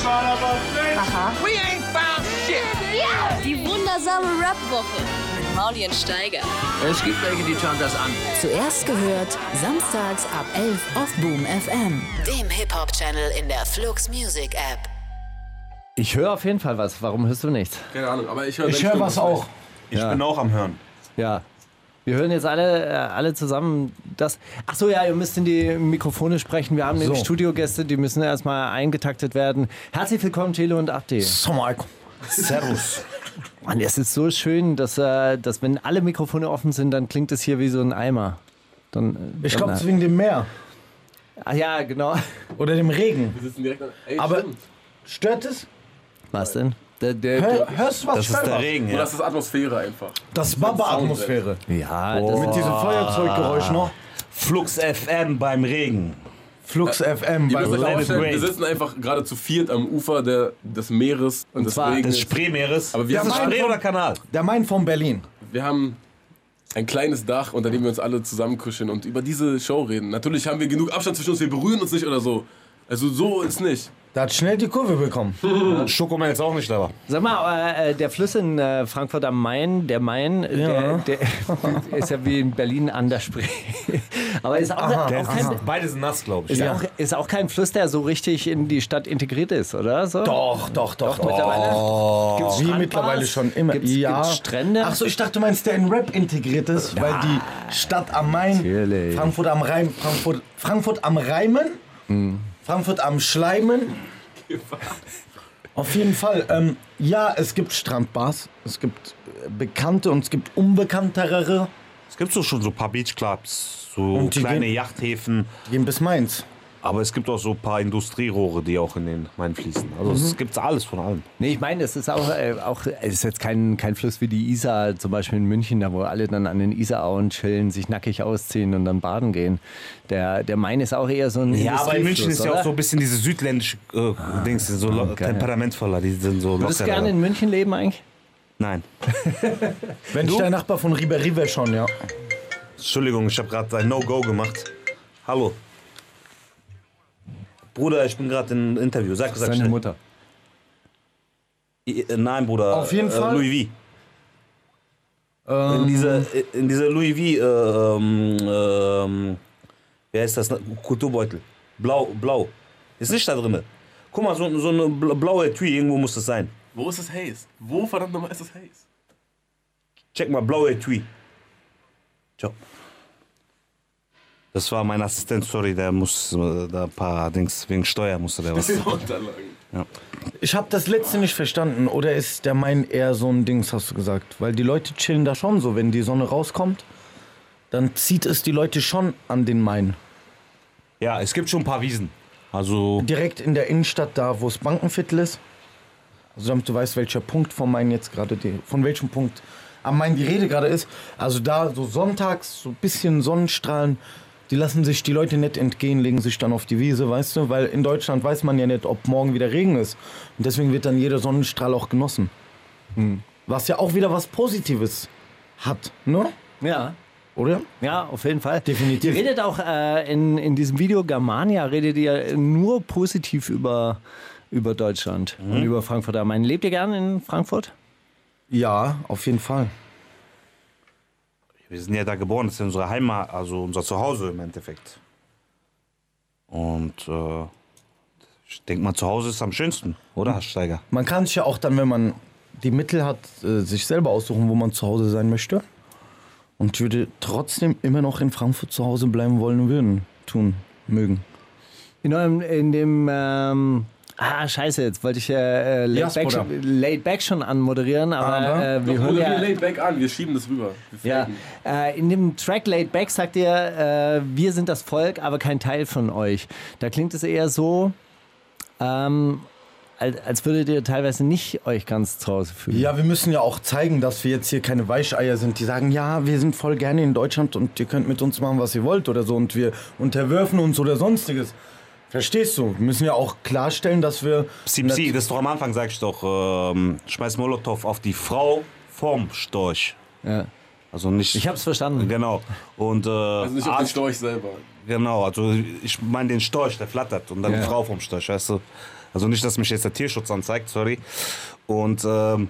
Aha. We ain't found shit. Die wundersame Rap-Woche mit Mauli und Steiger. Es gibt welche, die schauen das an. Zuerst gehört, samstags ab 11 auf Boom FM, dem Hip-Hop-Channel in der Flux Music App. Ich höre auf jeden Fall was. Warum hörst du nichts? Keine Ahnung, aber ich höre was auch. Ich bin auch am Hören. Ja. Wir hören jetzt alle zusammen das. Ach so, ja, ihr müsst in die Mikrofone sprechen. Wir haben nämlich Studiogäste, die müssen erstmal eingetaktet werden. Herzlich willkommen, Thilo und Abdi. Servus. Mann, es ist so schön, dass wenn alle Mikrofone offen sind, dann klingt es hier wie so ein Eimer. Ich glaube, es ist wegen dem Meer. Ach ja, genau. Oder dem Regen. Wir sitzen direkt an. Ey, Aber stimmt. stört es? Was denn? Hörst du was? Das ist der Regen, Oder ja. das ist Atmosphäre einfach. Das Baba-Atmosphäre. Ja, Mit diesem Feuerzeuggeräusch noch. Flux FM beim Regen. Flux FM. Ihr müsst euch Let it vorstellen, wir rain. sitzen einfach gerade zu viert am Ufer des Meeres und des zwar Regens. Des Spreemeeres. Aber wir ist das haben- Spree oder Kanal? Der Main von Berlin. Wir haben ein kleines Dach, unter dem wir uns alle zusammenkuscheln und über diese Show reden. Natürlich haben wir genug Abstand zwischen uns, wir berühren uns nicht oder so. Also so ist nicht. Der hat schnell die Kurve bekommen. Schokomel ist auch nicht da. Sag mal, der Fluss in Frankfurt am Main, der Main, der ist ja wie in Berlin an der Spree. Aber ist auch kein, Beide sind nass, glaube ich. ist auch kein Fluss, der so richtig in die Stadt integriert ist, oder? So? Doch. Mittlerweile? Gibt's Wie Strandbars? mittlerweile schon immer. Gibt's Strände? Ach so, ich dachte, du meinst, der in Rap integriert ist, weil die Stadt am Main, Natürlich. Frankfurt am Rhein, Frankfurt am Reimen, Frankfurt am Schleimen. Auf jeden Fall. Ja, es gibt Strandbars, es gibt bekannte und es gibt unbekanntere. Es gibt so schon so ein paar Beachclubs, so Und die kleine gehen- Yachthäfen. Die gehen bis Mainz. Aber es gibt auch so ein paar Industrierohre, die auch in den Main fließen. Also es gibt alles von allem. Nee, ich meine, es ist auch es ist jetzt kein Fluss wie die Isar, zum Beispiel in München, da wo alle dann an den Isarauen chillen, sich nackig ausziehen und dann baden gehen. Der Main ist auch eher so ein Ja, aber in München ist ja auch so oder? ein bisschen diese südländische Dings, so temperamentvoller, die sind so Würdest du lockerer. gerne in München leben eigentlich? Nein. Wenn ich der Nachbar von Ribéry wäre schon, ja. Entschuldigung, ich habe gerade ein No-Go gemacht. Hallo. Bruder, ich bin gerade in einem Interview. Sag Seine schnell. Mutter. Nein, Bruder. Auf jeden Fall. Louis V. In dieser Louis V, wie heißt das? Kulturbeutel. Blau. Ist nicht da drin. Guck mal, so eine blaue Etui, irgendwo muss das sein. Wo ist das Haze? Wo verdammt nochmal ist das Haze? Check mal, blaue Etui. Ciao. Das war mein Assistent, sorry, der muss da ein paar Dings, wegen Steuer musste der was. Unterlagen. Ich habe das letzte nicht verstanden. Oder ist der Main eher so ein Dings, hast du gesagt? Weil die Leute chillen da schon so. Wenn die Sonne rauskommt, dann zieht es die Leute schon an den Main. Ja, es gibt schon ein paar Wiesen. Also, Direkt in der Innenstadt, da wo es Bankenviertel ist. Also damit du weißt, welcher Punkt vom Main jetzt gerade, von welchem Punkt am Main die Rede gerade ist. Also da so sonntags, so ein bisschen Sonnenstrahlen, die lassen sich die Leute nicht entgehen, legen sich dann auf die Wiese, weißt du? Weil in Deutschland weiß man ja nicht, ob morgen wieder Regen ist. Und deswegen wird dann jeder Sonnenstrahl auch genossen. Was ja auch wieder was Positives hat, ne? Ja. Oder? Ja, auf jeden Fall. Definitiv. Ihr redet auch in diesem Video Germania, redet ihr nur positiv über Deutschland und über Frankfurt am Main. Lebt ihr gerne in Frankfurt? Ja, auf jeden Fall. wir sind ja da geboren, das ist unsere Heimat, also unser Zuhause im Endeffekt. Und ich denke mal, zu Hause ist am schönsten, oder, Herr Steiger? Man kann sich ja auch dann, wenn man die Mittel hat, sich selber aussuchen, wo man zu Hause sein möchte. Und ich würde trotzdem immer noch in Frankfurt zu Hause bleiben wollen würden, tun, mögen. In dem scheiße, jetzt wollte ich Laid Back schon anmoderieren, aber wir hören ja... Laid Back an, wir schieben das rüber. Ja, in dem Track Laid Back sagt ihr, wir sind das Volk, aber kein Teil von euch. Da klingt es eher so, als würdet ihr teilweise nicht euch ganz zu Hause fühlen. Ja, wir müssen ja auch zeigen, dass wir jetzt hier keine Weicheier sind, die sagen, ja, wir sind voll gerne in Deutschland und ihr könnt mit uns machen, was ihr wollt oder so und wir unterwerfen uns oder sonstiges. Verstehst du? Wir müssen ja auch klarstellen, dass wir... Psi, das ist doch am Anfang, sag ich doch, schmeiß Molotow auf die Frau vorm Storch. Ja. Also nicht. Ich hab's verstanden. Genau. Und, Also nicht auf den Storch selber. Genau, also ich meine den Storch, der flattert und dann die Frau vom Storch, weißt du. Also nicht, dass mich jetzt der Tierschutz anzeigt, sorry. Und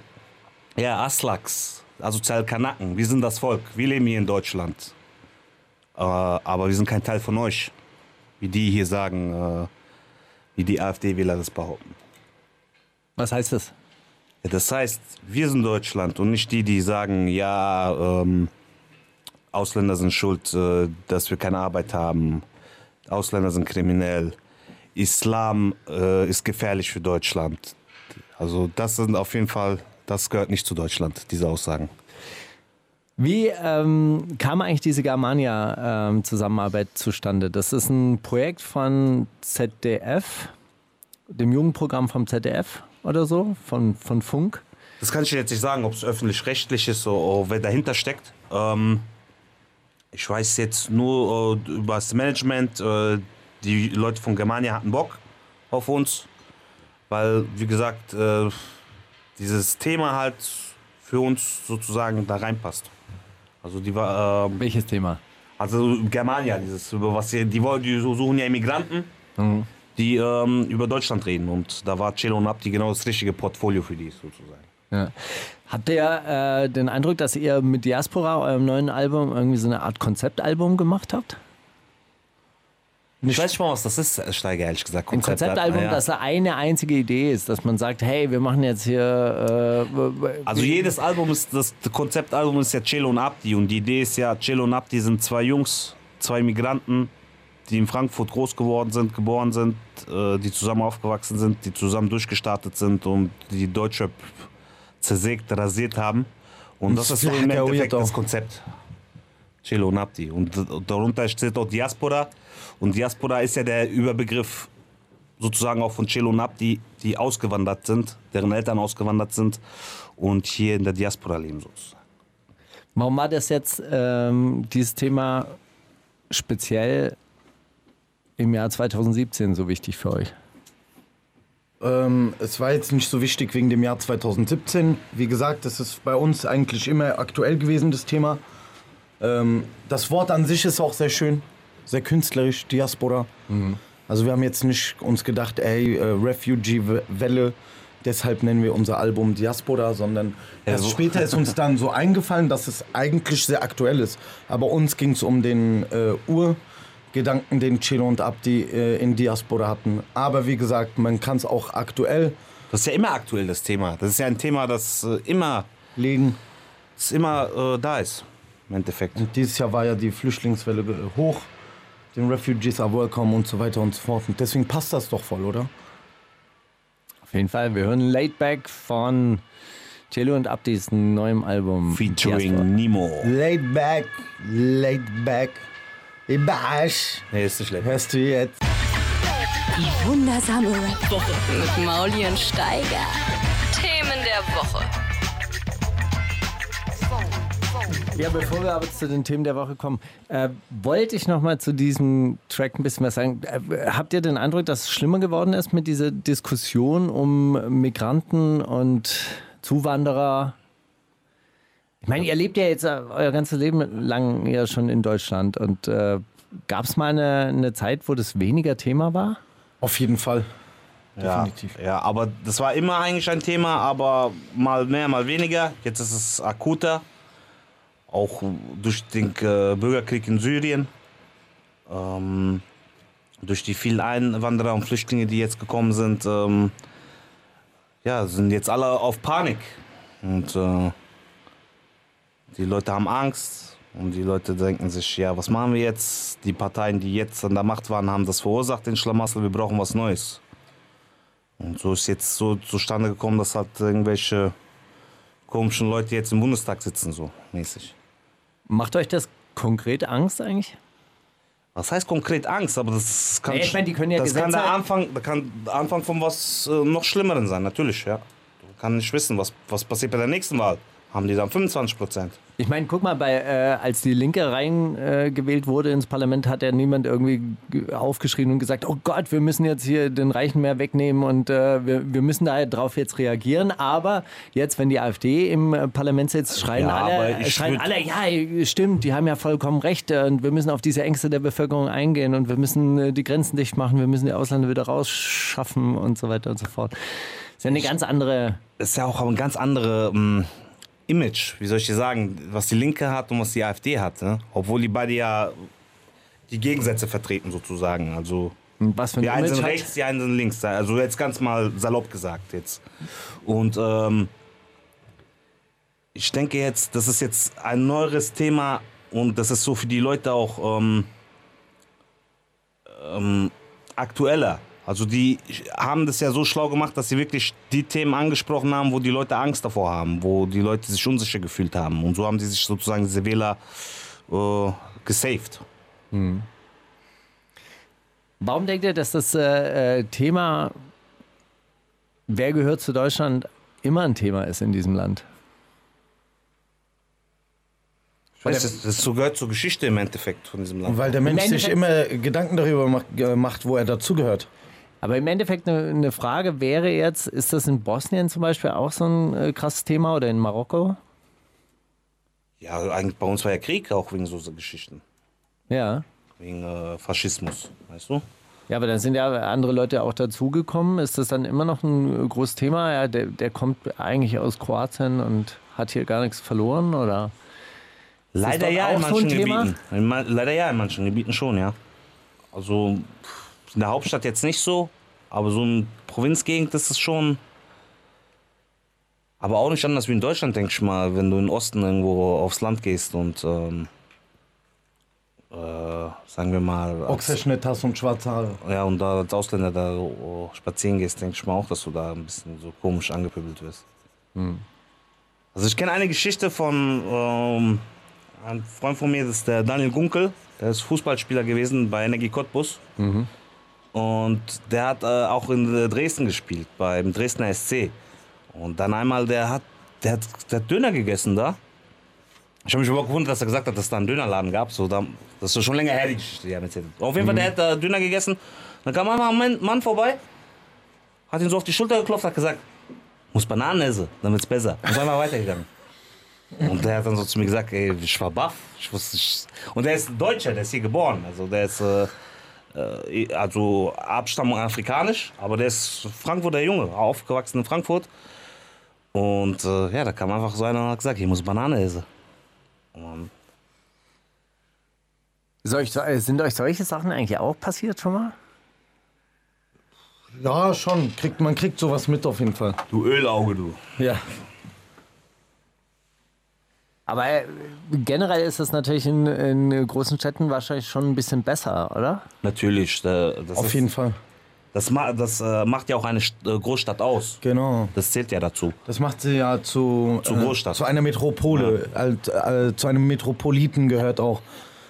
Aslaks, also Kanaken, wir sind das Volk, wir leben hier in Deutschland. Aber wir sind kein Teil von euch, wie die hier sagen, wie die AfD-Wähler das behaupten. Was heißt das? Ja, das heißt, wir sind Deutschland und nicht die, die sagen, ja, Ausländer sind schuld, dass wir keine Arbeit haben. Ausländer sind kriminell. Islam ist gefährlich für Deutschland. Also das sind auf jeden Fall, das gehört nicht zu Deutschland, diese Aussagen. Wie kam eigentlich diese Germania-Zusammenarbeit zustande? Das ist ein Projekt von ZDF, dem Jugendprogramm vom ZDF oder so, von Funk. Das kann ich jetzt nicht sagen, ob es öffentlich-rechtlich ist oder wer dahinter steckt. Ich weiß jetzt nur über das Management, die Leute von Germania hatten Bock auf uns, weil, wie gesagt, dieses Thema halt für uns sozusagen da reinpasst. Also die war... Welches Thema? Also Germania, die suchen ja Immigranten, die über Deutschland reden und da war Cello und Abdi genau das richtige Portfolio für die sozusagen. Ja. Habt ihr den Eindruck, dass ihr mit Diaspora, eurem neuen Album, irgendwie so eine Art Konzeptalbum gemacht habt? Ich weiß nicht mal, was das ist, Steiger, ehrlich gesagt. Ein Konzeptalbum, ja. das eine einzige Idee ist, dass man sagt, hey, wir machen jetzt hier... Also jedes Album ist, das Konzeptalbum ist ja Cello und Abdi und die Idee ist ja, Cello und Abdi sind zwei Jungs, zwei Migranten, die in Frankfurt groß geworden sind, geboren sind, die zusammen aufgewachsen sind, die zusammen durchgestartet sind und die Deutschrap zersägt, rasiert haben. Und das ist so im Endeffekt das Konzept. Cello und Abdi. Und darunter steht auch Diaspora. Und Diaspora ist ja der Überbegriff sozusagen auch von Cello und Abdi, die ausgewandert sind, deren Eltern ausgewandert sind und hier in der Diaspora leben sozusagen. Warum war das jetzt, dieses Thema speziell im Jahr 2017 so wichtig für euch? Es war jetzt nicht so wichtig wegen dem Jahr 2017. Wie gesagt, das ist bei uns eigentlich immer aktuell gewesen, das Thema. Das Wort an sich ist auch sehr schön, sehr künstlerisch, Diaspora. Also wir haben jetzt nicht uns gedacht, Refugee-Welle, deshalb nennen wir unser Album Diaspora, sondern erst später ist uns dann so eingefallen, dass es eigentlich sehr aktuell ist. Aber uns ging es um den Urgedanken, den Cello und Abdi in Diaspora hatten. Aber wie gesagt, man kann es auch aktuell... Das ist ja immer aktuell, das Thema. Das ist ja ein Thema, das immer da ist. Im Endeffekt. Und dieses Jahr war ja die Flüchtlingswelle hoch, den Refugees are welcome und so weiter und so fort. Und deswegen passt das doch voll, oder? Auf jeden Fall. Wir hören Laid Back von Cello und Abdis neuem Album. Featuring Diaspora. Nemo. Laid back, Ibash. Nee, ist nicht schlecht. Hörst du jetzt? Die wundersame Rap-Woche. Mit Mauli und Steiger. Themen der Woche. Ja, bevor wir aber zu den Themen der Woche kommen, wollte ich noch mal zu diesem Track ein bisschen was sagen. Habt ihr den Eindruck, dass es schlimmer geworden ist mit dieser Diskussion um Migranten und Zuwanderer? Ich meine, ihr lebt ja jetzt euer ganzes Leben lang ja schon in Deutschland. Und gab es mal eine Zeit, wo das weniger Thema war? Auf jeden Fall. Ja, Definitiv. ja, aber das war immer eigentlich ein Thema, aber mal mehr, mal weniger. Jetzt ist es akuter. Auch durch den Bürgerkrieg in Syrien, durch die vielen Einwanderer und Flüchtlinge, die jetzt gekommen sind, sind jetzt alle auf Panik. Und die Leute haben Angst und die Leute denken sich, ja, was machen wir jetzt? Die Parteien, die jetzt an der Macht waren, haben das verursacht, den Schlamassel, wir brauchen was Neues. Und so ist jetzt so zustande gekommen, dass halt irgendwelche komischen Leute jetzt im Bundestag sitzen, so mäßig. Macht euch das konkret Angst eigentlich? Was heißt konkret Angst? Aber das kann, ich meine, die können ja das kann Gesetze- der Anfang von was noch Schlimmeren sein, natürlich, ja. Du kannst nicht wissen, was passiert bei der nächsten Wahl. haben die dann 25%. Ich meine, guck mal, als die Linke reingewählt wurde ins Parlament, hat ja niemand irgendwie aufgeschrien und gesagt, oh Gott, wir müssen jetzt hier den Reichen mehr wegnehmen und wir müssen da drauf jetzt reagieren. Aber jetzt, wenn die AfD im Parlament sitzt, schreien alle, ja, stimmt, die haben ja vollkommen recht und wir müssen auf diese Ängste der Bevölkerung eingehen und wir müssen die Grenzen dicht machen, wir müssen die Ausländer wieder rausschaffen und so weiter und so fort. Das ist ja eine ganz andere... Das ist ja auch ein ganz andere Image, wie soll ich dir sagen, was die Linke hat und was die AfD hat. Ne? Obwohl die beide ja die Gegensätze vertreten sozusagen. Also was für ein die einen Image sind hat? rechts, die einen sind links. Also jetzt ganz mal salopp gesagt jetzt. Und ich denke jetzt, das ist jetzt ein neueres Thema und das ist so für die Leute auch aktueller. Also die haben das ja so schlau gemacht, dass sie wirklich die Themen angesprochen haben, wo die Leute Angst davor haben, wo die Leute sich unsicher gefühlt haben. Und so haben sie sich sozusagen diese Wähler gesaved. Warum denkt ihr, dass das Thema, wer gehört zu Deutschland, immer ein Thema ist in diesem Land? Das gehört zur Geschichte im Endeffekt von diesem Land. Weil der Mensch sich immer Gedanken darüber macht, wo er dazugehört. Aber im Endeffekt eine Frage wäre jetzt, ist das in Bosnien zum Beispiel auch so ein krasses Thema oder in Marokko? Ja, eigentlich bei uns war ja Krieg auch wegen so Geschichten. Ja. Wegen Faschismus, weißt du? Ja, aber dann sind ja andere Leute auch dazugekommen. Ist das dann immer noch ein großes Thema? Ja, der kommt eigentlich aus Kroatien und hat hier gar nichts verloren, oder? Leider ja, in manchen Gebieten. Leider ja, in manchen Gebieten schon, ja. Also in der Hauptstadt jetzt nicht so, aber so in Provinzgegend ist es schon. Aber auch nicht anders wie in Deutschland, denke ich mal, wenn du in den Osten irgendwo aufs Land gehst und sagen wir mal. Ochsenschnitt hast und schwarze Haare. Ja, und da als Ausländer da so spazieren gehst, denke ich mal auch, dass du da ein bisschen so komisch angepöbelt wirst. Also ich kenne eine Geschichte von ein Freund von mir, das ist der Daniel Gunkel, der ist Fußballspieler gewesen bei Energie Cottbus. Und der hat auch in Dresden gespielt, beim Dresdner SC. Und dann einmal, der hat Döner gegessen da. Ich habe mich überhaupt gewundert, dass er gesagt hat, dass es da einen Dönerladen gab. So, das ist schon länger her, die Geschichte, die haben erzählt. Auf jeden Fall, der hat da Döner gegessen. Dann kam einmal ein Mann vorbei, hat ihn so auf die Schulter geklopft, hat gesagt, muss Bananen essen, dann wird's besser. Und ist einmal weitergegangen. Und der hat dann so zu mir gesagt, ey, ich war baff. Und der ist ein Deutscher, der ist hier geboren. Also der ist also Abstammung afrikanisch, aber der ist Frankfurter Junge, aufgewachsen in Frankfurt. Und ja, da kam einfach so einer und hat gesagt, ich muss Banane essen. Und sind euch solche Sachen eigentlich auch passiert schon mal? Ja, schon. Man kriegt sowas mit auf jeden Fall. du Ölauge, du. Ja. Aber generell ist das natürlich in großen Städten wahrscheinlich schon ein bisschen besser, oder? Natürlich. Auf jeden Fall. Das macht ja auch eine Großstadt aus. Genau. Das zählt ja dazu. Das macht sie ja zu Großstadt. zu einer Metropole. Zu einem Metropoliten gehört auch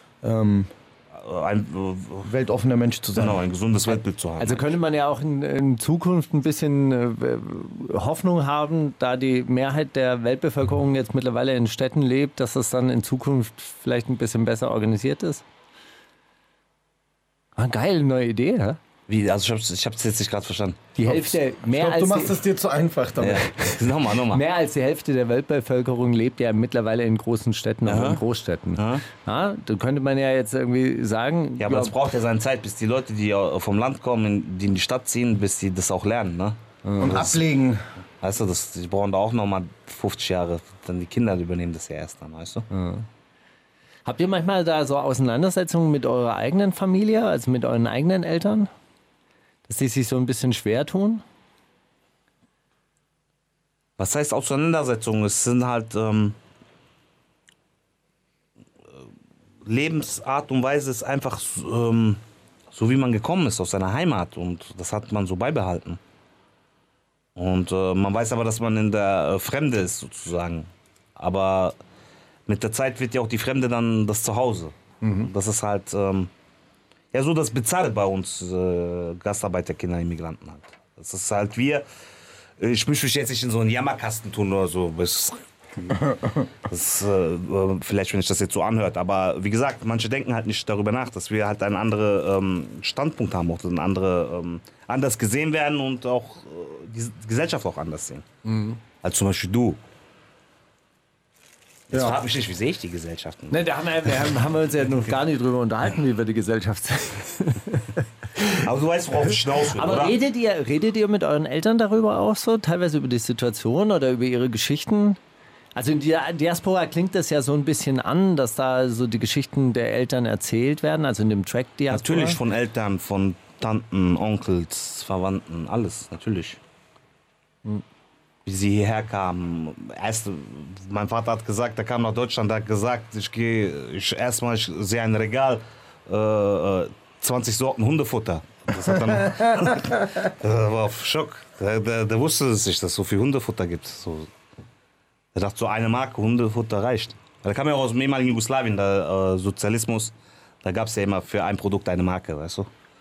Ein weltoffener Mensch zu sein. Genau, ein gesundes Weltbild zu haben. Also könnte man ja auch in Zukunft ein bisschen Hoffnung haben, da die Mehrheit der Weltbevölkerung jetzt mittlerweile in Städten lebt, dass das dann in Zukunft vielleicht ein bisschen besser organisiert ist? Ah, geil, neue Idee, ja? Wie? Also ich hab's jetzt nicht gerade verstanden. Die Hälfte, mehr Du machst als es dir zu einfach damit. Ja. nochmal. mehr als die Hälfte der Weltbevölkerung lebt ja mittlerweile in großen Städten, auch in Großstädten. Aha. Ja, da könnte man ja jetzt irgendwie sagen... Ja, aber es braucht ja seine Zeit, bis die Leute, die vom Land kommen, die in die Stadt ziehen, bis die das auch lernen, ne? Und ablegen. Weißt du, die brauchen da auch nochmal 50 Jahre. Dann die Kinder übernehmen das ja erst dann, weißt du? Habt ihr manchmal da so Auseinandersetzungen mit eurer eigenen Familie, also mit euren eigenen Eltern? Dass die sich so ein bisschen schwer tun? Was heißt Auseinandersetzungen? Es sind halt Lebensart und Weise ist einfach so wie man gekommen ist aus seiner Heimat und das hat man so beibehalten. Und man weiß aber, dass man in der Fremde ist sozusagen. Aber mit der Zeit wird ja auch die Fremde dann das Zuhause. Das ist halt ja so das Bizarre bei uns Gastarbeiterkinder, Immigranten halt. Das ist halt ich möchte mich jetzt nicht in so einen Jammerkasten tun oder so. Das vielleicht, wenn ich das jetzt so anhört. Aber wie gesagt, manche denken halt nicht darüber nach, dass wir halt einen anderen Standpunkt haben, auch einen anders gesehen werden und auch die Gesellschaft auch anders sehen. Als zum Beispiel du. Jetzt frag mich nicht, wie sehe ich die Gesellschaft? Ne, da haben wir uns ja noch gar nicht drüber unterhalten, wie wir die Gesellschaft sehen. Aber du weißt, worauf ich hinaus will, Aber oder? redet ihr mit euren Eltern darüber auch so? Teilweise über die Situation oder über ihre Geschichten? Also in der Diaspora klingt das ja so ein bisschen an, dass da so die Geschichten der Eltern erzählt werden, also in dem Track Diaspora. Natürlich von Eltern, von Tanten, Onkels, Verwandten, alles, natürlich. Wie sie hierher kamen. Mein Vater hat gesagt, er kam nach Deutschland, er hat gesagt, ich sehe ein Regal, 20 Sorten Hundefutter. Das hat dann, er war auf Schock. Der wusste es nicht, dass es so viel Hundefutter gibt. So. Er dachte, so eine Marke Hundefutter reicht. Er kam ja auch aus dem ehemaligen Jugoslawien, der Sozialismus. Da gab es ja immer für ein Produkt eine Marke, weißt du?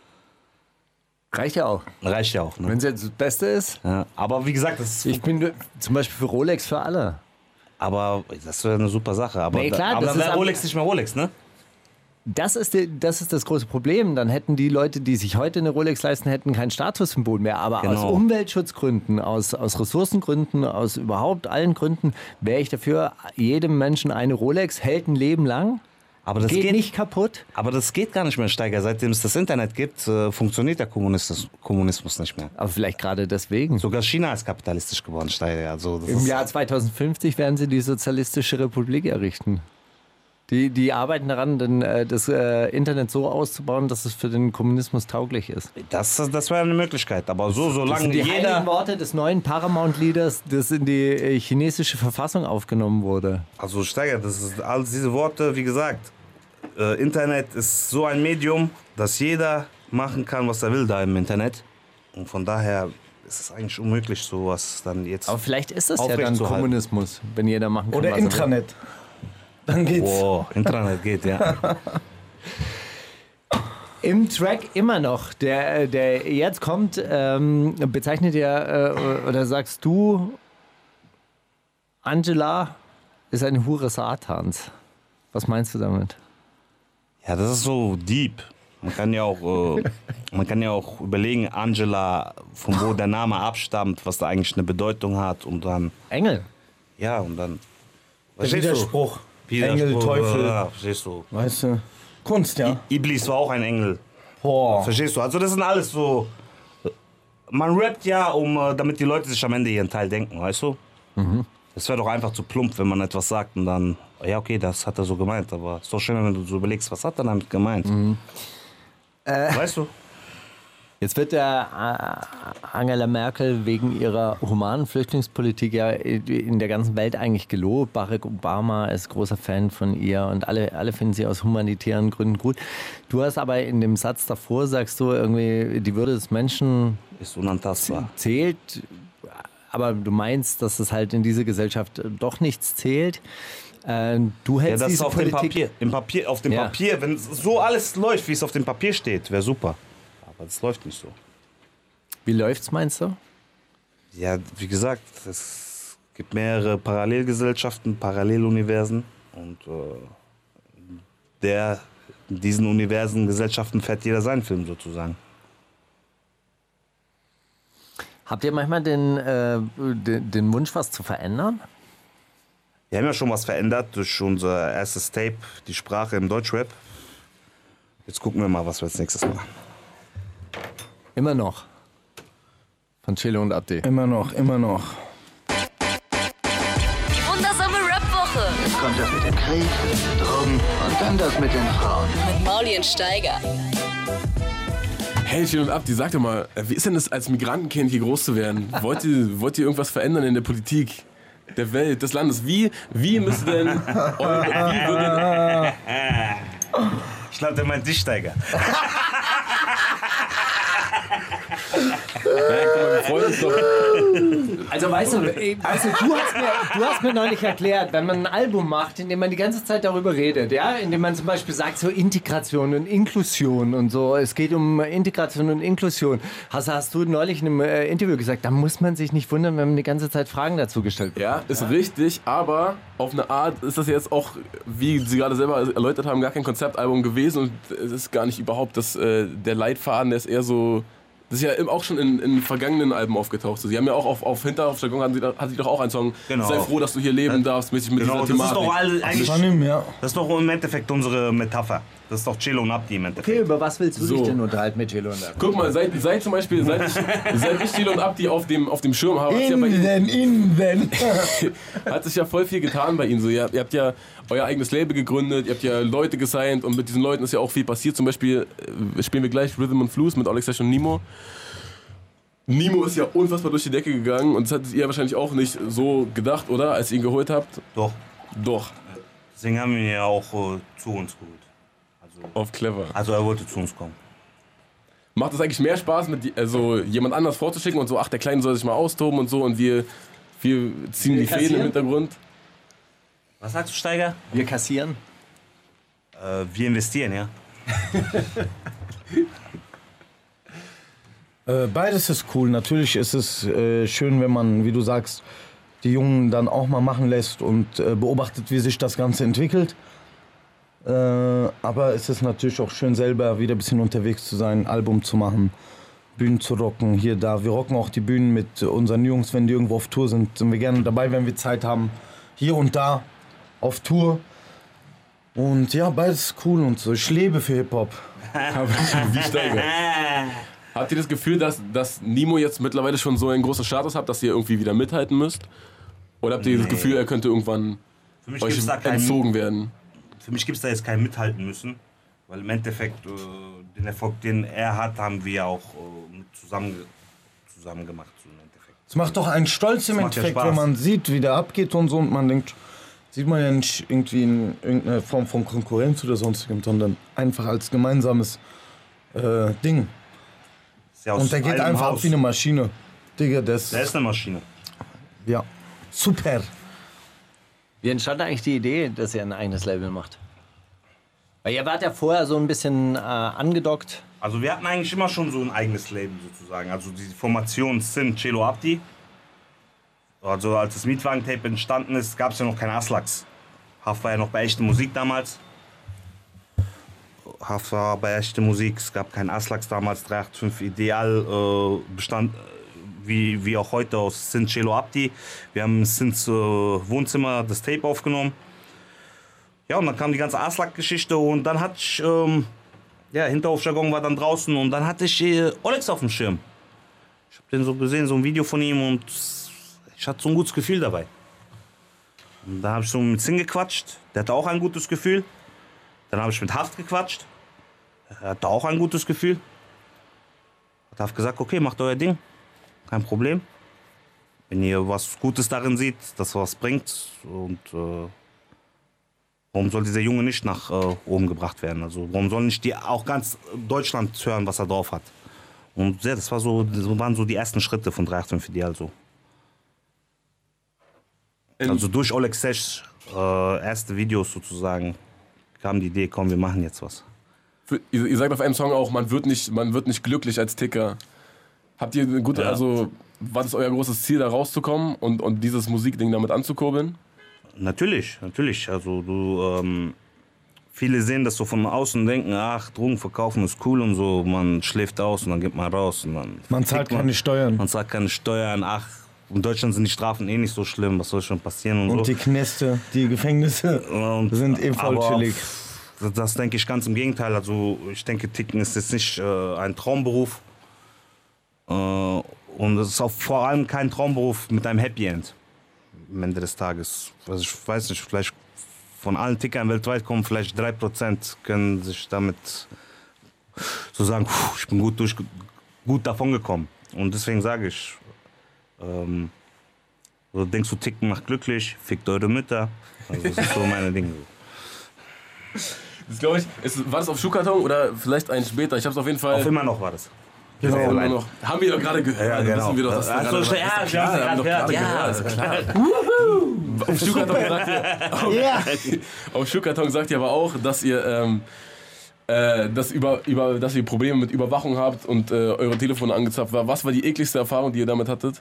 Reicht ja auch. Reicht ja auch, ne? Wenn es jetzt das Beste ist. Ja, aber wie gesagt, Ich bin zum Beispiel für Rolex für alle. Aber das wäre eine super Sache. Aber, Nee, klar, aber das dann wäre ist Rolex nicht mehr Rolex, ne? Das ist das große Problem. Dann hätten die Leute, die sich heute eine Rolex leisten, hätten kein Statussymbol mehr. Aber aus Genau. Umweltschutzgründen, aus Ressourcengründen, aus überhaupt allen Gründen wäre ich dafür, jedem Menschen eine Rolex, hält ein Leben lang, Aber das geht nicht kaputt. Aber das geht gar nicht mehr, Steiger. Seitdem es das Internet gibt, funktioniert der Kommunismus nicht mehr. Aber vielleicht gerade deswegen. Sogar China ist kapitalistisch geworden, Steiger. Also das Im ist, Jahr 2050 werden sie die Sozialistische Republik errichten. Die arbeiten daran, das Internet so auszubauen, dass es für den Kommunismus tauglich ist. das wäre eine Möglichkeit. Aber Das solange sind die heiligen jeder... Worte des neuen Paramount-Leaders, das in die chinesische Verfassung aufgenommen wurde. Also Steiger, das ist all diese Worte, wie gesagt, Internet ist so ein Medium, dass jeder machen kann, was er will da im Internet. Und von daher ist es eigentlich unmöglich, sowas dann jetzt... Aber vielleicht ist das ja aufrecht dann zu halten. Kommunismus, wenn jeder machen kann, Oder was er will. Intranet. Dann geht's. Wow, Intranet geht, ja. Im Track immer noch, der jetzt kommt, bezeichnet ihr oder sagst du, Angela ist eine Hure Satans. Was meinst du damit? Ja, das ist so deep. Man kann ja auch überlegen, Angela, von wo der Name abstammt, was da eigentlich eine Bedeutung hat und dann, Engel. ja, und dann... Der Verstehst du? Widerspruch. Widerspruch, Engel, Teufel. Ja, verstehst du. Weißt du? Kunst, ja. Iblis war auch ein Engel. Boah. Verstehst du? Also das sind alles so... Man rappt ja, damit die Leute sich am Ende ihren Teil denken, weißt du? Es wäre doch einfach zu plump, wenn man etwas sagt und dann... Ja, okay, das hat er so gemeint, aber es ist doch schön, wenn du so überlegst, was hat er damit gemeint? Weißt du? Jetzt wird der Angela Merkel wegen ihrer humanen Flüchtlingspolitik ja in der ganzen Welt eigentlich gelobt. Barack Obama ist großer Fan von ihr und alle finden sie aus humanitären Gründen gut. Du hast aber in dem Satz davor, sagst du irgendwie, die Würde des Menschen Ist unantastbar. zählt, aber du meinst, dass es halt in dieser Gesellschaft doch nichts zählt. Du Ja, hältst das ist diese auf dem Politik... Papier. Auf dem Ja. Papier, wenn so alles läuft, wie es auf dem Papier steht, wäre super. Aber das läuft nicht so. Wie läuft's, meinst du? Ja, wie gesagt, es gibt mehrere Parallelgesellschaften, Paralleluniversen und in diesen Universen, Gesellschaften fährt jeder seinen Film sozusagen. Habt ihr manchmal den Wunsch, was zu verändern? Wir haben ja schon was verändert durch unser erstes Tape, die Sprache im Deutschrap. Jetzt gucken wir mal, was wir als nächstes machen. Immer noch. Von Chelo und Abdi. Immer noch, immer noch. Die wundersame Rap-Woche Jetzt kommt das mit dem Krieg, Drogen und dann das mit den Frauen. mit Mauli und Steiger. Hey, Chelo und Abdi, sag doch mal, wie ist denn das, als Migrantenkind hier groß zu werden? Wollt ihr irgendwas verändern in der Politik, der Welt, des Landes? Wie müsste denn... wie würde Ich glaube, der meint dich, Steiger. Ja, guck mal, wir freuen uns doch. Also weißt du, du hast mir neulich erklärt, wenn man ein Album macht, in dem man die ganze Zeit darüber redet, ja, in dem man zum Beispiel sagt, so Integration und Inklusion und so, es geht um Integration und Inklusion. Hast du neulich in einem Interview gesagt, da muss man sich nicht wundern, wenn man die ganze Zeit Fragen dazu gestellt wird. Ja, ist richtig, aber auf eine Art ist das jetzt auch, wie Sie gerade selber erläutert haben, gar kein Konzeptalbum gewesen und es ist gar nicht überhaupt der Leitfaden, der ist eher so. Das ist ja auch schon in vergangenen Alben aufgetaucht. So, Sie haben ja auch auf Hinterhofjargon hat sie doch auch einen Song. Genau. Sei froh, dass du hier leben darfst, mäßig mit dieser Thematik. Das ist doch eigentlich, Von ihm, ja. das ist doch im Endeffekt unsere Metapher. Das ist doch Cello und Abdi im Endeffekt. Okay, über was willst du dich So. denn unterhalten mit Cello und Abdi? Guck mal, seit zum Beispiel, seit ich Cello und Abdi auf dem Schirm habe, hat sich ja voll viel getan bei Ihnen. So, ihr habt ja euer eigenes Label gegründet, ihr habt ja Leute gesigned und mit diesen Leuten ist ja auch viel passiert. Zum Beispiel spielen wir gleich Rhythm and Blues mit Olexesh und Nimo. Nimo ist ja unfassbar durch die Decke gegangen und das hattet ihr wahrscheinlich auch nicht so gedacht, oder? Als ihr ihn geholt habt? Doch. Doch. Deswegen haben wir ihn ja auch zu uns geholt. Auf clever. Also er wollte zu uns kommen. Macht es eigentlich mehr Spaß, mit jemand anders vorzuschicken und so, ach, der Kleine soll sich mal austoben und so und wir ziehen die Fäden im Hintergrund? Was sagst du, Steiger? Wir kassieren. Wir investieren, ja. Beides ist cool. Natürlich ist es schön, wenn man, wie du sagst, die Jungen dann auch mal machen lässt und beobachtet, wie sich das Ganze entwickelt. Aber es ist natürlich auch schön, selber wieder ein bisschen unterwegs zu sein, ein Album zu machen, Bühnen zu rocken, hier, da. Wir rocken auch die Bühnen mit unseren Jungs, wenn die irgendwo auf Tour sind. Sind wir gerne dabei, wenn wir Zeit haben, hier und da auf Tour. Und ja, beides ist cool und so. Ich lebe für Hip-Hop. Wie Steiger. Habt ihr das Gefühl, dass Nimo jetzt mittlerweile schon so einen großen Status hat, dass ihr irgendwie wieder mithalten müsst? Oder habt ihr das Gefühl, er könnte irgendwann Für mich euch gibt's da entzogen werden? Für mich gibt es da jetzt kein Mithalten müssen, weil im Endeffekt den Erfolg, den er hat, haben wir auch zusammen gemacht. So im Endeffekt. Es macht doch einen Stolz im Das macht ja Endeffekt, Spaß. wenn man sieht, wie der abgeht und so und man denkt, sieht man ja nicht irgendwie in irgendeiner Form von Konkurrenz oder sonstigem, sondern einfach als gemeinsames Ding. Ist ja aus Und der geht einem einfach Haus. ab wie eine Maschine. Digga, das Der ist eine Maschine. ja, super. Wie entstand eigentlich die Idee, dass ihr ein eigenes Label macht? Weil ihr wart ja vorher so ein bisschen angedockt. Also wir hatten eigentlich immer schon so ein eigenes Label sozusagen. Also die Formation Sin, Cello, Abdi. Also als das Mietwagen-Tape entstanden ist, gab es ja noch keine Aslaks. Haft war ja noch bei echter Musik damals. Haft war bei echter Musik, es gab keinen Aslaks damals, 385 Ideal bestand wie auch heute aus Sin, Cello, Abdi. Wir haben in Sins Wohnzimmer das Tape aufgenommen. Ja, und dann kam die ganze Aslak-Geschichte und dann hatte ich, Hinterhofjargon war dann draußen und dann hatte ich Olex auf dem Schirm. Ich habe den so gesehen, so ein Video von ihm und ich hatte so ein gutes Gefühl dabei. Und da habe ich so mit Sin gequatscht, der hatte auch ein gutes Gefühl. Dann habe ich mit Haft gequatscht, er hatte auch ein gutes Gefühl. Hat Haft gesagt, okay, macht euer Ding, kein Problem. Wenn ihr was Gutes darin seht, dass was bringt und warum soll dieser Junge nicht nach oben gebracht werden? Also warum soll nicht auch ganz Deutschland hören, was er drauf hat? Und ja, das waren so die ersten Schritte von 385 Ideal so. Also durch Olexesh erste Videos sozusagen kam die Idee, komm, wir machen jetzt was. Ihr sagt auf einem Song auch, man wird nicht glücklich als Ticker. Habt ihr eine gute, also war das euer großes Ziel, da rauszukommen und dieses Musikding damit anzukurbeln? Natürlich. Also viele sehen das so von außen und denken, ach, Drogen verkaufen ist cool und so, man schläft aus und dann geht man raus und dann Man zahlt kriegt keine Steuern. Man zahlt keine Steuern, ach, in Deutschland sind die Strafen eh nicht so schlimm, was soll schon passieren und Und so. die Knäste, die Gefängnisse sind voll aber chillig. Das denke ich ganz im Gegenteil. Also ich denke, Ticken ist jetzt nicht ein Traumberuf. Und es ist auch vor allem kein Traumberuf mit einem Happy End am Ende des Tages. Also ich weiß nicht, vielleicht von allen Tickern weltweit kommen vielleicht 3% können sich damit so sagen, ich bin gut davon gekommen. Und deswegen sage ich, so denkst du, Ticken macht glücklich, fickt eure Mütter. Also das ist so meine Dinge. Das glaube ich, war das auf Schuhkarton oder vielleicht ein später? Ich habe es auf jeden Fall. Auf immer noch war das. Genau. Nur noch, haben wir doch gerade gehört. Ja, genau. Wissen wir doch, dass wir Also, gerade- ja, ist wir haben klar, es doch gerade gehört. gehört. Ist klar. Auf Schuhkarton sagt ihr, Ja. auf Schuhkarton sagt ihr aber auch, dass ihr dass ihr Probleme mit Überwachung habt und eure Telefone angezapft war. Was war die ekligste Erfahrung, die ihr damit hattet?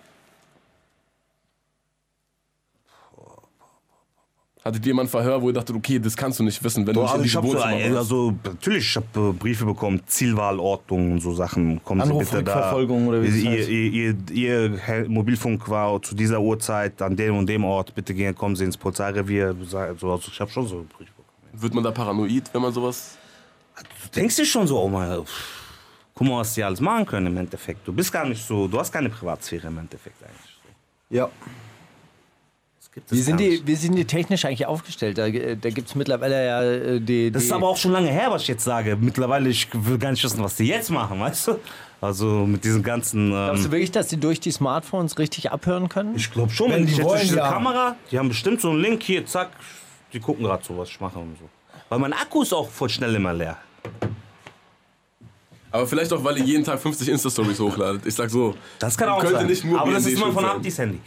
Hattet ihr mal ein Verhör, wo ihr dachtet, okay, das kannst du nicht wissen, wenn du nicht in Ich diesem habe so, Wohnzimmer warst? also natürlich, ich habe Briefe bekommen, Zielwahlordnung und so Sachen. Kommen Sie bitte da. Anrufrückverfolgung oder wie das heißt. Ihr Mobilfunk war zu dieser Uhrzeit an dem und dem Ort. Bitte kommen Sie ins Polizeirevier. Also ich habe schon so Briefe bekommen. Wird man da paranoid, wenn man sowas... Du denkst dir schon so, oh mein, guck mal, was die alles machen können im Endeffekt. Du bist gar nicht so, du hast keine Privatsphäre im Endeffekt eigentlich. So. Ja. Das gibt es gar nicht. Wie sind die technisch eigentlich aufgestellt? Da gibt es mittlerweile ja die... Das ist aber auch schon lange her, was ich jetzt sage. Mittlerweile, ich will gar nicht wissen, was die jetzt machen, weißt du? Also mit diesen ganzen... Glaubst du wirklich, dass die durch die Smartphones richtig abhören können? ich glaube schon, Wenn wenn die ich jetzt wollen, durch diese ja. Kamera, die haben bestimmt so einen Link hier, zack, die gucken gerade so, was ich mache und so. Weil mein Akku ist auch voll schnell immer leer. Aber vielleicht auch, weil ihr jeden Tag 50 Insta-Stories hochladet. Ich sag so, Das kann auch könnte sein. nicht nur Aber das BND ist immer schuld von sein. Abdis Handy.